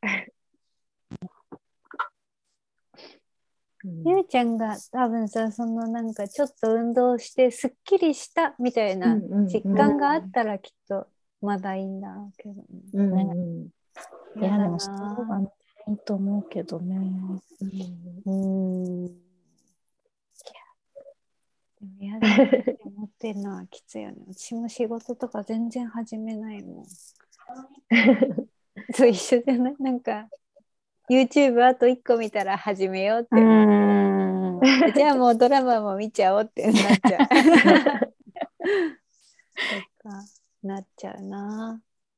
うんゆうちゃんが多分さ、そのなんかちょっと運動してすっきりしたみたいなうんうん実うん感があったらきっとまだいいんだろうけどね。 うんねうんいや、 やだでもした方がないいと思うけどね。 うんぁ。うん。でもやだなって思ってるのはきついよね。私も仕事とか全然始めないもん。そう一緒じゃない？なんか YouTube あといっこ見たら始めようっうてなって。 ん。 じゃあもうドラマも見ちゃおうってなっちゃう。そっか、なっちゃうな。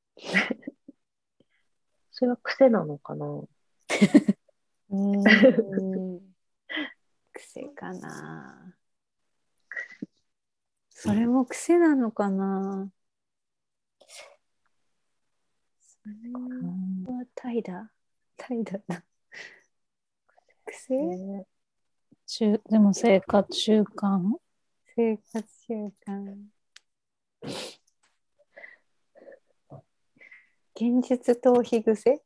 それは癖なのかな。 うーん、癖かな。それも癖なのかな。それはタイだ。タイだな。癖ね中でも生活習慣生活習慣。現実逃避癖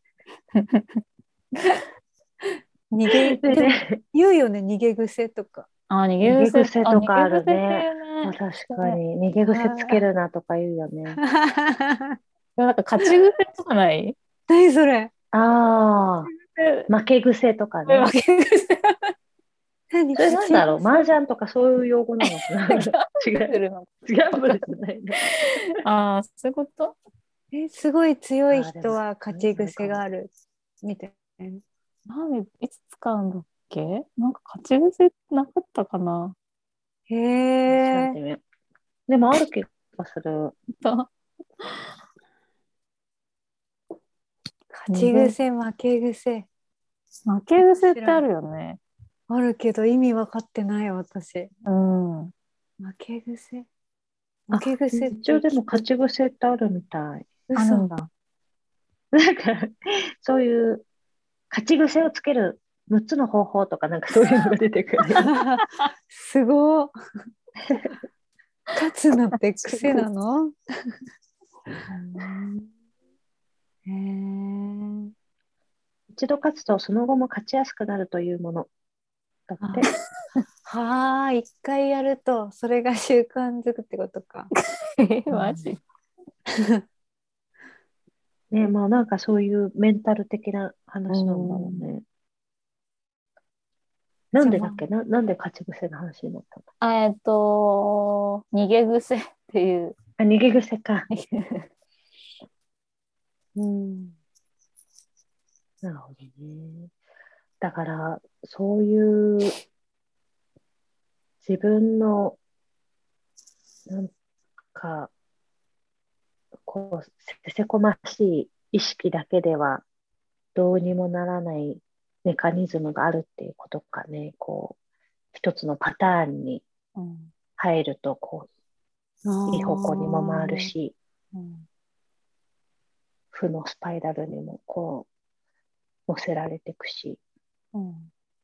逃げ、 ででもね、 言うよね、逃げ癖とか。 あ、逃逃げげ癖、あ、逃癖とかあるげ癖ってね。 いうね。 まあ、確かに。逃げ癖つけるなとか言うよね。 あでもなんか勝ち癖とかない？ 何それ？ ああ、負け癖とかね。 負け癖何それなんだろう、麻口癖？ 雀とかそういう用語なのかな。違う。 するの。 ギャンブルじゃないの。 ああ、そういうこと？ え、すごい強いああ、でも、 人はそう勝ちいうのあるかも。 癖があるみたいな。 なんで、いつ使うんだっけ？なんか勝ち癖なかったかな？ へえ。 調べてみよう。でもある気がする。 と勝ち逃げ、 癖、負け癖。 負け癖ってあるよね。 あるけど意味分かってない私。 うん。 負け癖負あ、 け癖っ一応でもて聞く。 勝ち癖ってあるみたい。 嘘。 あるんだ。 なんか、そういう勝ち癖をつけるむっつの方法とかなんかそういうのが出てくるよ。 すごい。勝つのって癖なの？へえ。 一度勝つとその後も勝ちやすくなるというものだっあ、 て。 はあ、一回やるとそれが習慣づくってことか。 え、マジ？ ね、まあなんかそういうメンタル的な話なんだろううん。 ね。なんじゃあまでだっけな、なんで勝ち癖の話になったの？ あ、えっと、逃げ癖っていう。 あ、逃げ癖か。 うん。 なるほどね。だから、そういう自分の、なんか、こう、せせこましい意識だけではどうにもならないメカニズムがあるっていうことかね。こう、一つのパターンにうん。 入ると、こあう、いい方向にも回るーし、 うん。 負のスパイラルにもこう、乗せられていくし。 うん。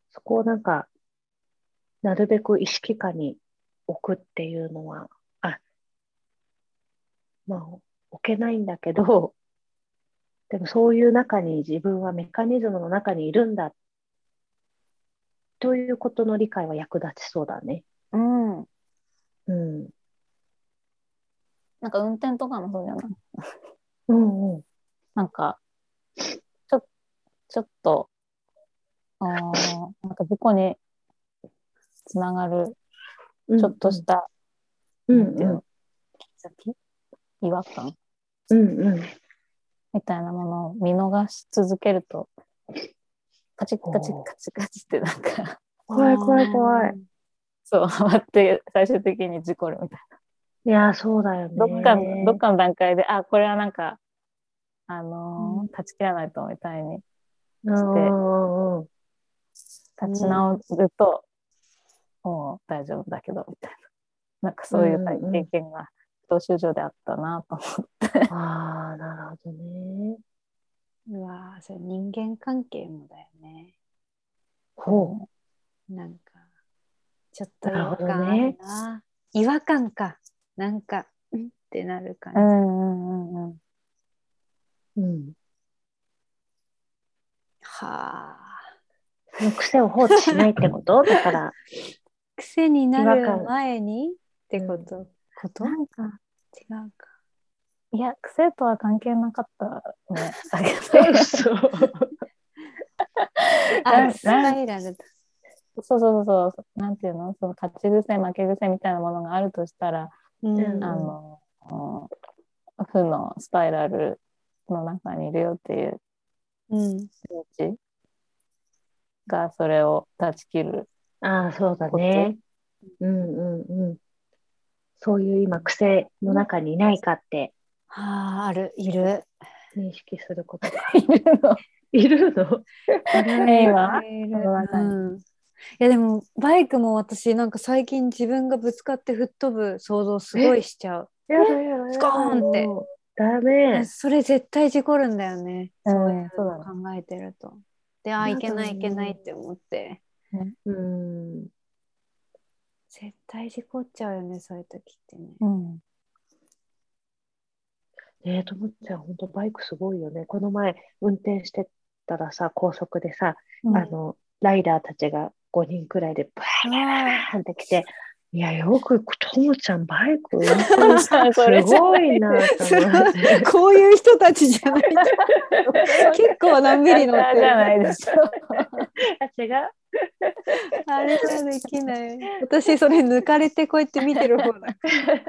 そこをなんか、なるべく意識下に置くっていうのは、あ、まあ、置けないんだけど、でもそういう中に自分はメカニズムの中にいるんだということの理解は役立ちそうだね。 うん。 うん。 なんか運転とかもそうじゃない。 うんうん。 なんか、ちょ、ちょっと、あーなんか事故につながる、 うんちょっとした、 うんうんなんていうの、先違和感うんうん。 みたいなものを見逃し続けると、カチッカチッおーカチッカチッってなんか、 怖い怖い怖い。 そう、ハマって最終的に事故るみたいいや、そうだよな。どっかの、どっね。 かの段階で、あ、これはなんか、あのうんー断ち切らないとみたいにうして、 んうん。 立ち直ると、もう大丈夫だけど、みたいな。なんかうそういう体んうんうん。 経験が、教習所であったなと思って。 ああ、なるほどね。 うわー、それ人間関係もだよね。 ほなんか、ちょっう。 と違和なるほど感あるね。 な。違和感か。なんか、うんってなるう感じ。 んうんうんうん。 うん。 はあ。 その癖を放置しないってことだから、 癖になる違和感。 前にってこうん。 と、ことなんか、 違うか。 いや、癖とは関係なかったね。だけ嘘。 ど、 あ、 なスパなんイラルだ。 そうそうそうそう、なんていうの、その勝ち癖、負け癖みたいなものがあるとしたら、 ううんん。 あうん。 の、負のスパイラルの中にいるよっていううん。 気持ちが、それを断ち切るああ、そうだコツ。 ね。うんうんうん。そういう今、癖の中にいないかってはあ、ある、いる。 認識することか。 いるの。 いるの？ いる、 え、 い今、 る、いそのる。 中に。 うん。いや、でも、バイクも私、なんか最近自分がぶつかって吹っ飛ぶ想像すごえ、 いしちゃう。 やだやだスコやだーンって。 よ。ダメ。 それ絶対事故るんだよね。 うそういん、そうだね。 うの考えてると。で、あ、いやだけないいけないっよ。 て思って。 ね、 うん。 絶対事故っちゃうよね、そういう時ってね。 うん。 ねえ、ともちゃん、本当バイクすごいよね。この前、運転してたらさ、高速でさ、 うん、 あの、ライダーたちがごにんくらいで、バーバあーバーって来て、いや、よく、ともちゃん、バイク運転、 さあ、そすれじゃごいない。 なと思っすごいて。 こういう人たちじゃないと。結構のんびやり乗ってる。 ったじゃないでしょ。 あ、違う。 あれはできない。私、それ抜かれてこうやって見てる方だ。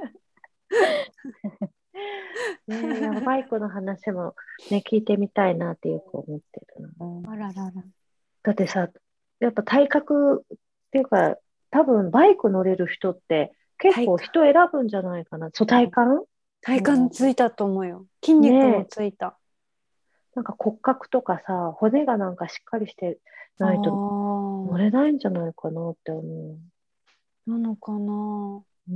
ねえ、やっぱバイクの話もね、聞いてみたいなってよく思ってるな。 うん、 あららら。 だってさ、やっぱ体格っていうか、多分バイク乗れる人って結体幹、 構人選ぶんじゃないかな。そう、体感体幹ついたと思うよ。筋ね肉もえ、 ついた。 なんか骨格とかさ、骨がなんかしっかりしてあないと乗あ、 れないんじゃないかなって思なのかな。 う。うん。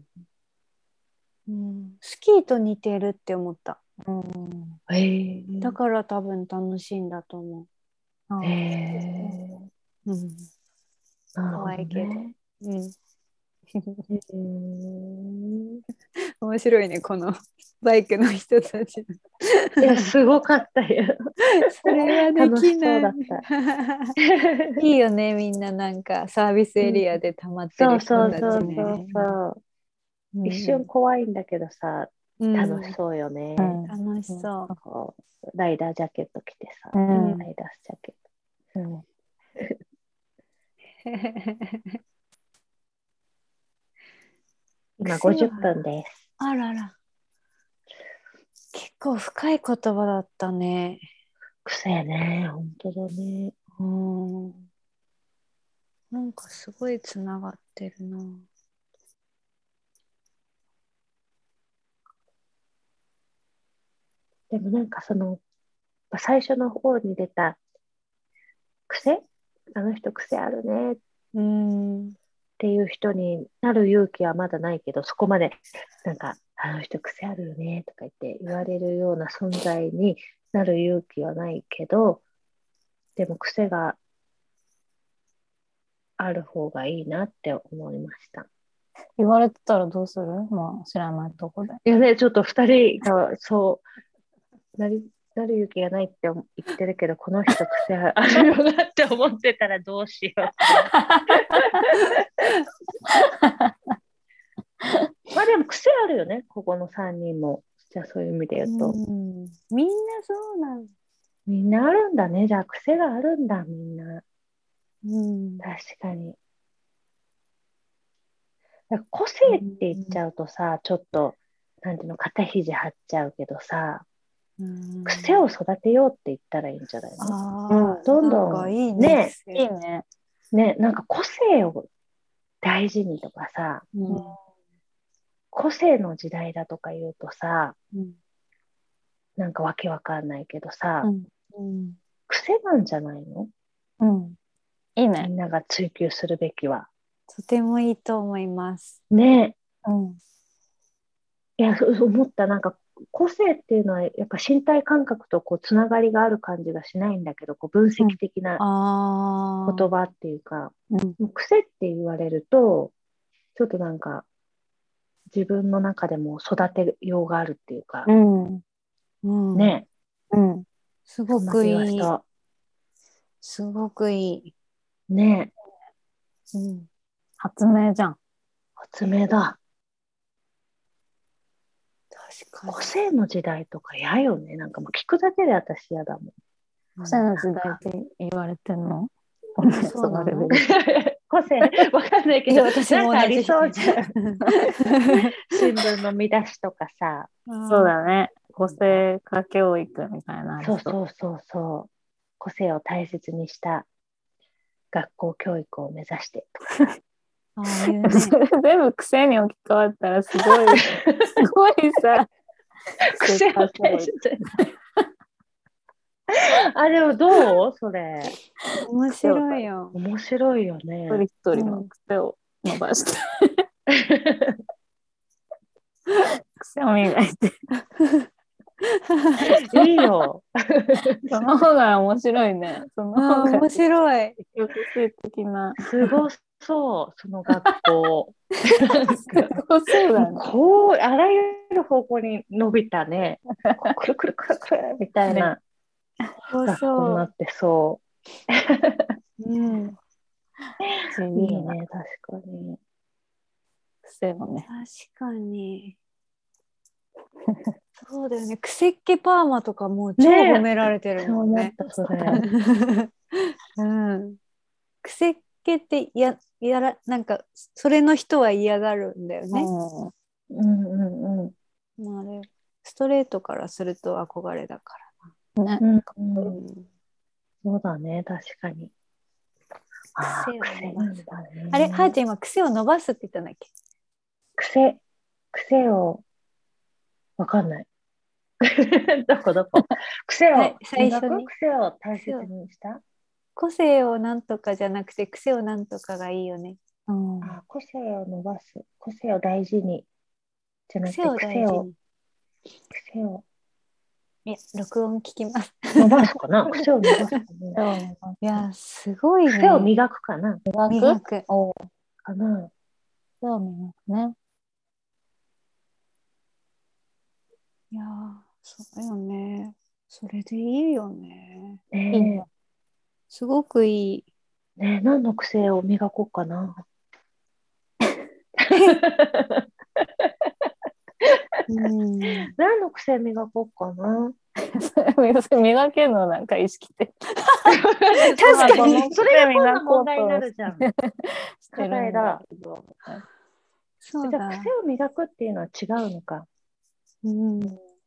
うん、スキーと似てるって思った。 うん。 へえ、 だから多分楽しいんだと思へあえ、 う。うん、 なるほ怖いけど。 どね。 うん、 へえ。 面白いね、このバイクの人たち。 いや、すごかったよ。 それはで楽しきない。 そうだった。 いいよね、みんななんかサービスエうん、 リアで溜まってそうる人そうたちそうそうね。 そう。 う一瞬ん、 怖いんだけどさ、 う楽しん、 そうよね。 うん。 楽しそこう、ライダージャケット着てさ、 うう。うん。 ん。 ライダースジャケッうん。 ト。今癖は、 ごじゅっぷんです。 あらら、結構深い言葉だったね。 癖ね、本当だね。 うん。なんかすごいつながってるな。 でもなんかその、最初の方に出た癖あの人癖あるねっうん。 ていう人になる勇気はまだないけど、そこまでなんか、あの人癖あるよねとか言って言われるような存在になる勇気はないけど、でも癖がある方がいいなって思いました。 言われてたらどうする？まあ知らないとこで。 いやね、ちょっと二人がそうなり、なる勇気がないって言ってるけど、この人癖あるよなって思ってたらどうしようって。まあでも癖あるよね、ここのさんにんも。じゃあそういう意味で言うと。 うん、みんなそうなん。 みんなあるんだね。じゃあ癖があるんだ、みんな。 うん。 確かに。だから個性うって言っちん。 ゃうとさ、ちょっと、なんていうの、肩肘張っちゃうけどさ、 う癖をん、 育てようって言ったらいいんじゃないの？ ああ、 どんなんどん、 かいいね、 ね、 い癖。 いね。 ね、なんか個性を大事にとかさ、 うん。 個性の時代だとか言うとさ、 うん。 なんかわけわかんないけどさ、 うん。 うん。 癖なんじゃないの？ うん。いいね。 みんなが追求するべきは。 とてもいいと思います。 ね。 うん。 いや、そうそう思った。なんか、個性っていうのは、やっぱ身体感覚とこう、つながりがある感じがしないんだけど、こう、分うん。 析的なああ、 言葉っていうか、 うん。 もう癖って言われると、ちょっとなんか、自分の中でも育てようがあるっていうか、 うん。 うん。 ね。 うん。 すごそんな気がしくいい。 た。 すごくいい。 ね。 うん。 発明じゃん。 発明だ。 確か個性の時代とか嫌よね。なんかもう聞くだけで私嫌だもん。 に。 個性の時代って言われてんの？ごめん、 あ、そうなの？ そのレベル。 個性わかんないけど、 いや、私なんかありも同じ。 そうじゃん。新聞の見出しとかさ。 そうあだね。個性化教育みたいなのありそうそう。 そうそうそう。個性を大切にした学校教育を目指してとかさ。 あ、ああいうね。 それ全部癖に置き換わったらすごい、すごいさ、 癖を大切に。あ、でもどうそれ。 面癖を大白いよ。 面白いよ一ね。 人一人のうん。 癖を伸ばして、癖を磨いて、 いいよ。 その方が面白いね。その方ああ、 が面白い。 抑制的な。 すごそう、その学校。なんすかごそうもうだね。 こう、あらゆる方向に伸びたね。こうくるくるくるくるみたいね、 なそう学校になそってそう。うん。 う。いいいな、 いね、確かに。 癖をね。 確かに。そうだよね。クセっ気パーマとかもう超ねえ、 褒められてるそうもんね。 思った、それ。 うん。クセっ気ってや、やら、なんか、それの人は嫌がるんだよね。 ううんうんうん。 まあ、あれ、ストレートからすると憧れだかん。ね。 うんら。 うん、 うん。 そうだね、確かに。ああ、 癖を伸癖ばす。 なんだあれ、はーね。 ちゃん今、癖を伸ばすって言ったんだっけ？ 癖、癖を、わかんない。どこどこ。癖さいを磨く最初に。 癖を大切癖を、 にした。 個性をなんとかじゃなくて、癖をなんとかがいいよね。 うん。 あ、個性を伸ばす。個性を大事に。じゃなくて、 癖を大癖を、 事に。 癖をいや、録音聞きます。 伸ばすかな。癖を伸ばすかな。 いや、すごい癖をね。 磨くかな。 磨く？ 磨く。 おう、 かな。 癖を磨くね。 いやー、そうよね。それでいいよね。 いいね。 ねすごくいい。 え、ねえ、何の癖を磨こうかな。 うん。 何の癖磨こうかな。 それ磨けるのなんか意識的。 確かに。 それが今度問題になるじゃん。 して課るんだ題だ。 けど。 そうじゃあ、癖だ。 を磨くっていうのは違うのか。 うん。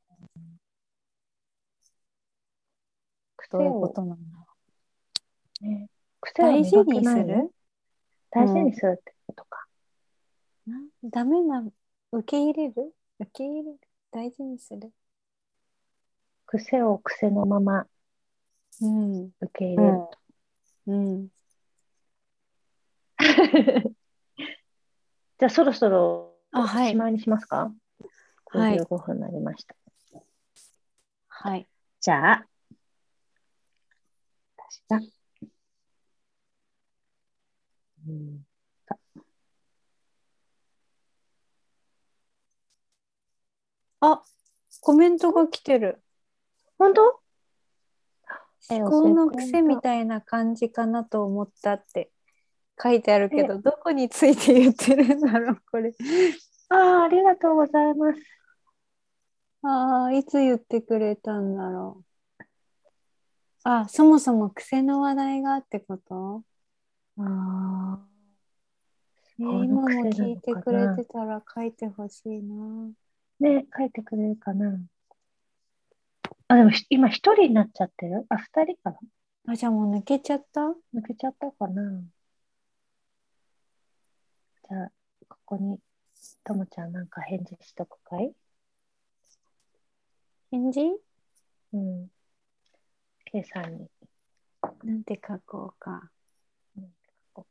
どういうこ癖を、 となんだ。 ね、癖を大事磨くにす何る大事にするってことか。 なダメな、受け入れる受け入れる大事にする。 癖を癖のままうん。 受け入うん。 れると。 うん。 じゃあ、そろそろあ、はい。 しまいにしますか？ はい。 ごじゅうご 分になりました。 はい。 じゃあ、私がうん、 あ、コメントが来てる。 本当？ 思考の癖みたいな感じかなと思ったって書いてあるけえ、 ど、どこについて言ってるんだろう、これ。 ああ、ありがとうございます。 ああ、いつ言ってくれたんだろう。あ、そもそも癖の話題がってこと？ ああ、 えーこの今も癖なの聞いてくれかな。 てたら書いてほしいな。 ね、書いてくれるかな。あ、でもひ今一人になっちゃってる。あ、二人かな。 あ、じゃあもう抜けちゃった？ 抜けちゃったかな。じゃあ、ここに、ともちゃんなんか返事しとくかい？ 返事うん。K さんに。 なんて書こうか。 うん、こ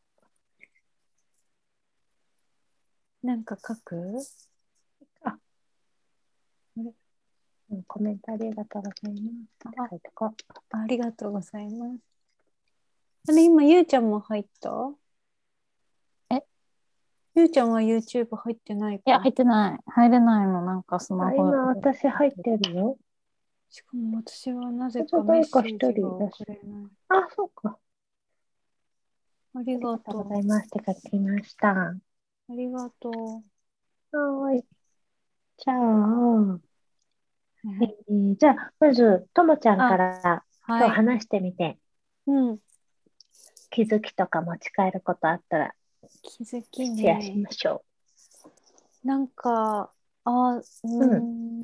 なんか書く？ あ、 あれうん、コメントありがとうございますってあ、 書いてこう。 ありがとうございます。あれ、今、ゆうちゃんも入った？ え、 ゆうちゃんは YouTube 入ってないいや、 か。 入ってない。入れないの。なんかスマあ、 ホ。 今私入ってるよ。 しかも私はなぜじゃあかメッ誰か一セージが人だし。 送れない。 あ、そうか。 ありありががとう。 とうございますって書きました。はありがとーい。じゃあ、 う。 えーじゃあ、まず、ともちゃんかあ、 らはい。 今日話してみて、 うん。 気づきとか持ち帰ることあったら気づきシェアしね。 ましょなんか、あ、うう。うん。 ん。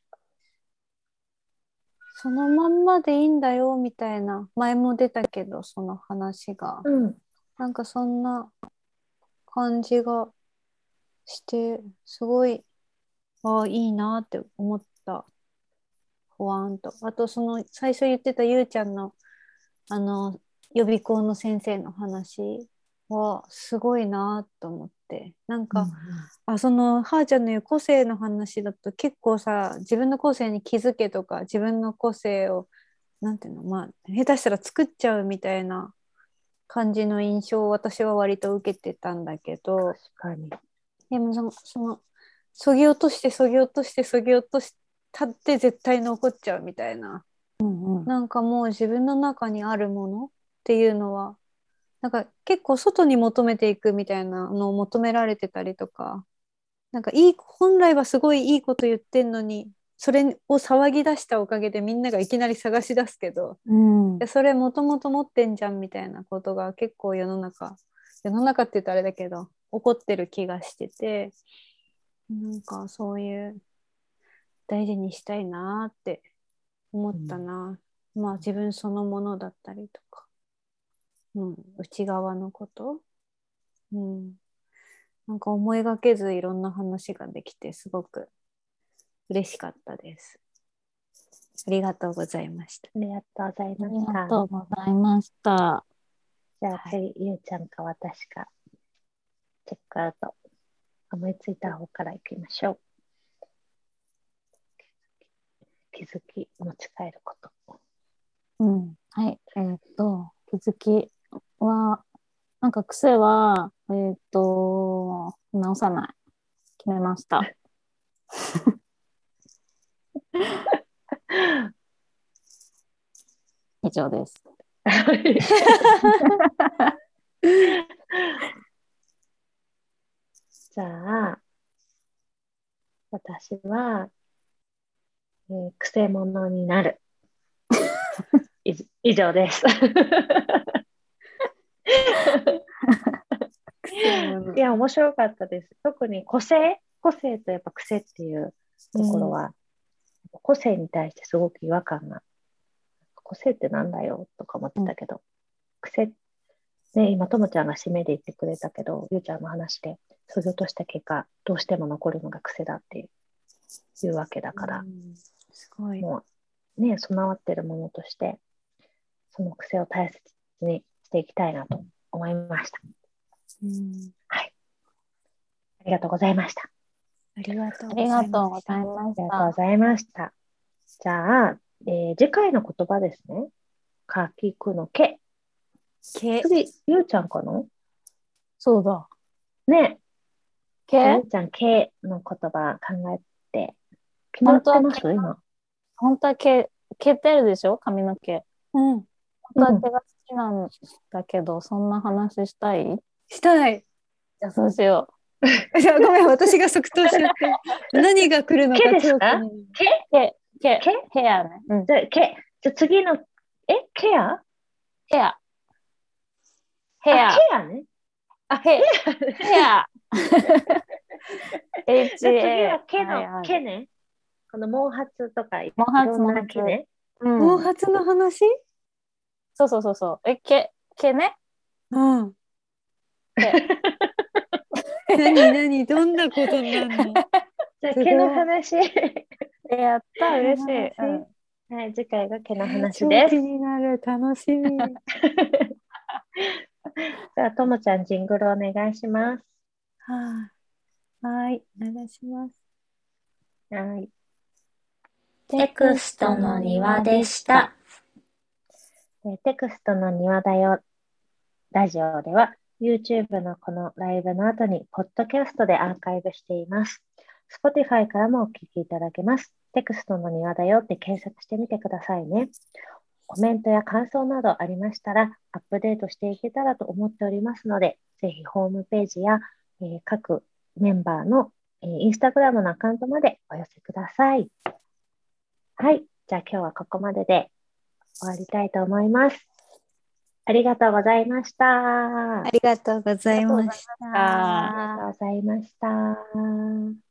そのまんまでいいんだよ、みたいな。前も出たけど、その話が。 うん。 なんかそんな感じがして、すごい、ああ、いいなって思った。ほわんと。あと、その、最初言ってたゆうちゃんの、あの、予備校の先生の話は、すごいなと思って。なんか、 うん。 あ、その、はーちゃんの言う個性の話だと、結構さ、自分の個性に気づけとか、自分の個性を、なんていうの、まあ、下手したら作っちゃうみたいな感じの印象を私は割と受けてたんだけど、 確かに。 でもその、その、そぎ落として、そぎ落として、そぎ落としたって絶対残っちゃうみたいな。 うんうん。 なんかもう自分の中にあるものっていうのは、なんか結構外に求めていくみたいなのを求められてたりとか、なんかいい、本来はすごいいいこと言ってんのに、それを騒ぎ出したおかげでみんながいきなり探し出すけど、 うん。 でそれもともと持ってんじゃんみたいなことが結構世の中、世の中って言ったらあれだけど、起こってる気がしてて、なんかそういう大事にしたいなって思っうん。 たな。まあ自分そのものだったりとか、うん、内側のこと、うん、なんか思いがけずいろんな話ができてすごく嬉しかったです。ありがとうございました。 ありがとうございありがました。 とうございました。 じゃあはい。 次、ゆうちゃんか私か、チェックアウト。思いついた方から行きましょう。気づき、持ち帰ること。 うん。はい。えーっと、気づきは、なんか癖は、えーっと、直さない。決めました。以上です。 じゃあ、私は、えー、くせ者になる。い以上です。 くせ者。 いや、面白かったです。特に個性個性とやっぱ癖っていううん。 ところは、個性に対してすごく違和感が、個性ってなんだよとか思ってうん。 たけど、癖、ね、今、ともちゃんが締めで言ってくれたけど、ゆうちゃんの話で、そぎ落とした結果、どうしても残るのが癖だっていうわけだうから、 ん、すごい。 もうね、備わってるものとして、その癖を大切にしていきたいなと思いました。 うん、 はい。ありがとうございました。 ありがとありがうございました。 とうございまありした。 がとうございました。じゃあ、えー次回の言葉ですね。かきくのけ。 け、 次、ゆうちゃんかな？ そうだ。 ね、 毛ゆうちゃん、毛の言葉考えて、決ま本ってます当は毛、 今。 本当は毛、毛ってあるでしょ髪の毛。 うん。 本当うん。 は毛が好きなんだけど、そんな話したい？ したい。 じゃあそうしよじゃあごめん、私が即答しちゃって。何が来るの毛かですか？ 超気になる。 毛う。毛、毛、 毛ヘアね。うん。 じゃあ、毛。じゃあ次の、えケアヘア、ヘあ、 ア、 ケアね。あ、 ヘ、 ヘヘア。 じゃあ次は毛のエイチエーアイアール。 毛ね。この毛髪とかい毛髪、 ろんな毛毛髪。 ね。 うん。 毛髪の話？ そうそうそうそう。え、毛、毛ね。 うん。 毛。 何何どんなことになるの？ じゃあす毛のごい。 話。 え、やった、 毛の嬉しい。う話。 ん。 はい、次回が毛のえー話です。 超気になる。楽しみ。 じゃあ、ともちゃん、ジングルお願いします。 はあ、はい、お願いします。 はい。 テクストの庭でした。 えテクストの庭だよラジオでは、YouTube のこのライブの後に、ポッドキャストでアーカイブしています。Spotify からもお聞きいただけます。テクストの庭だよって検索してみてくださいね。コメントや感想などありましたら、アップデートしていけたらと思っておりますので、ぜひホームページや、えー各メンバーの、えー、インスタグラムのアカウントまでお寄せください。はい。じゃあ今日はここまでで終わりたいと思います。ありがとうございました。 ありがとうございましありがとうございました。 た。 ありがとうございました。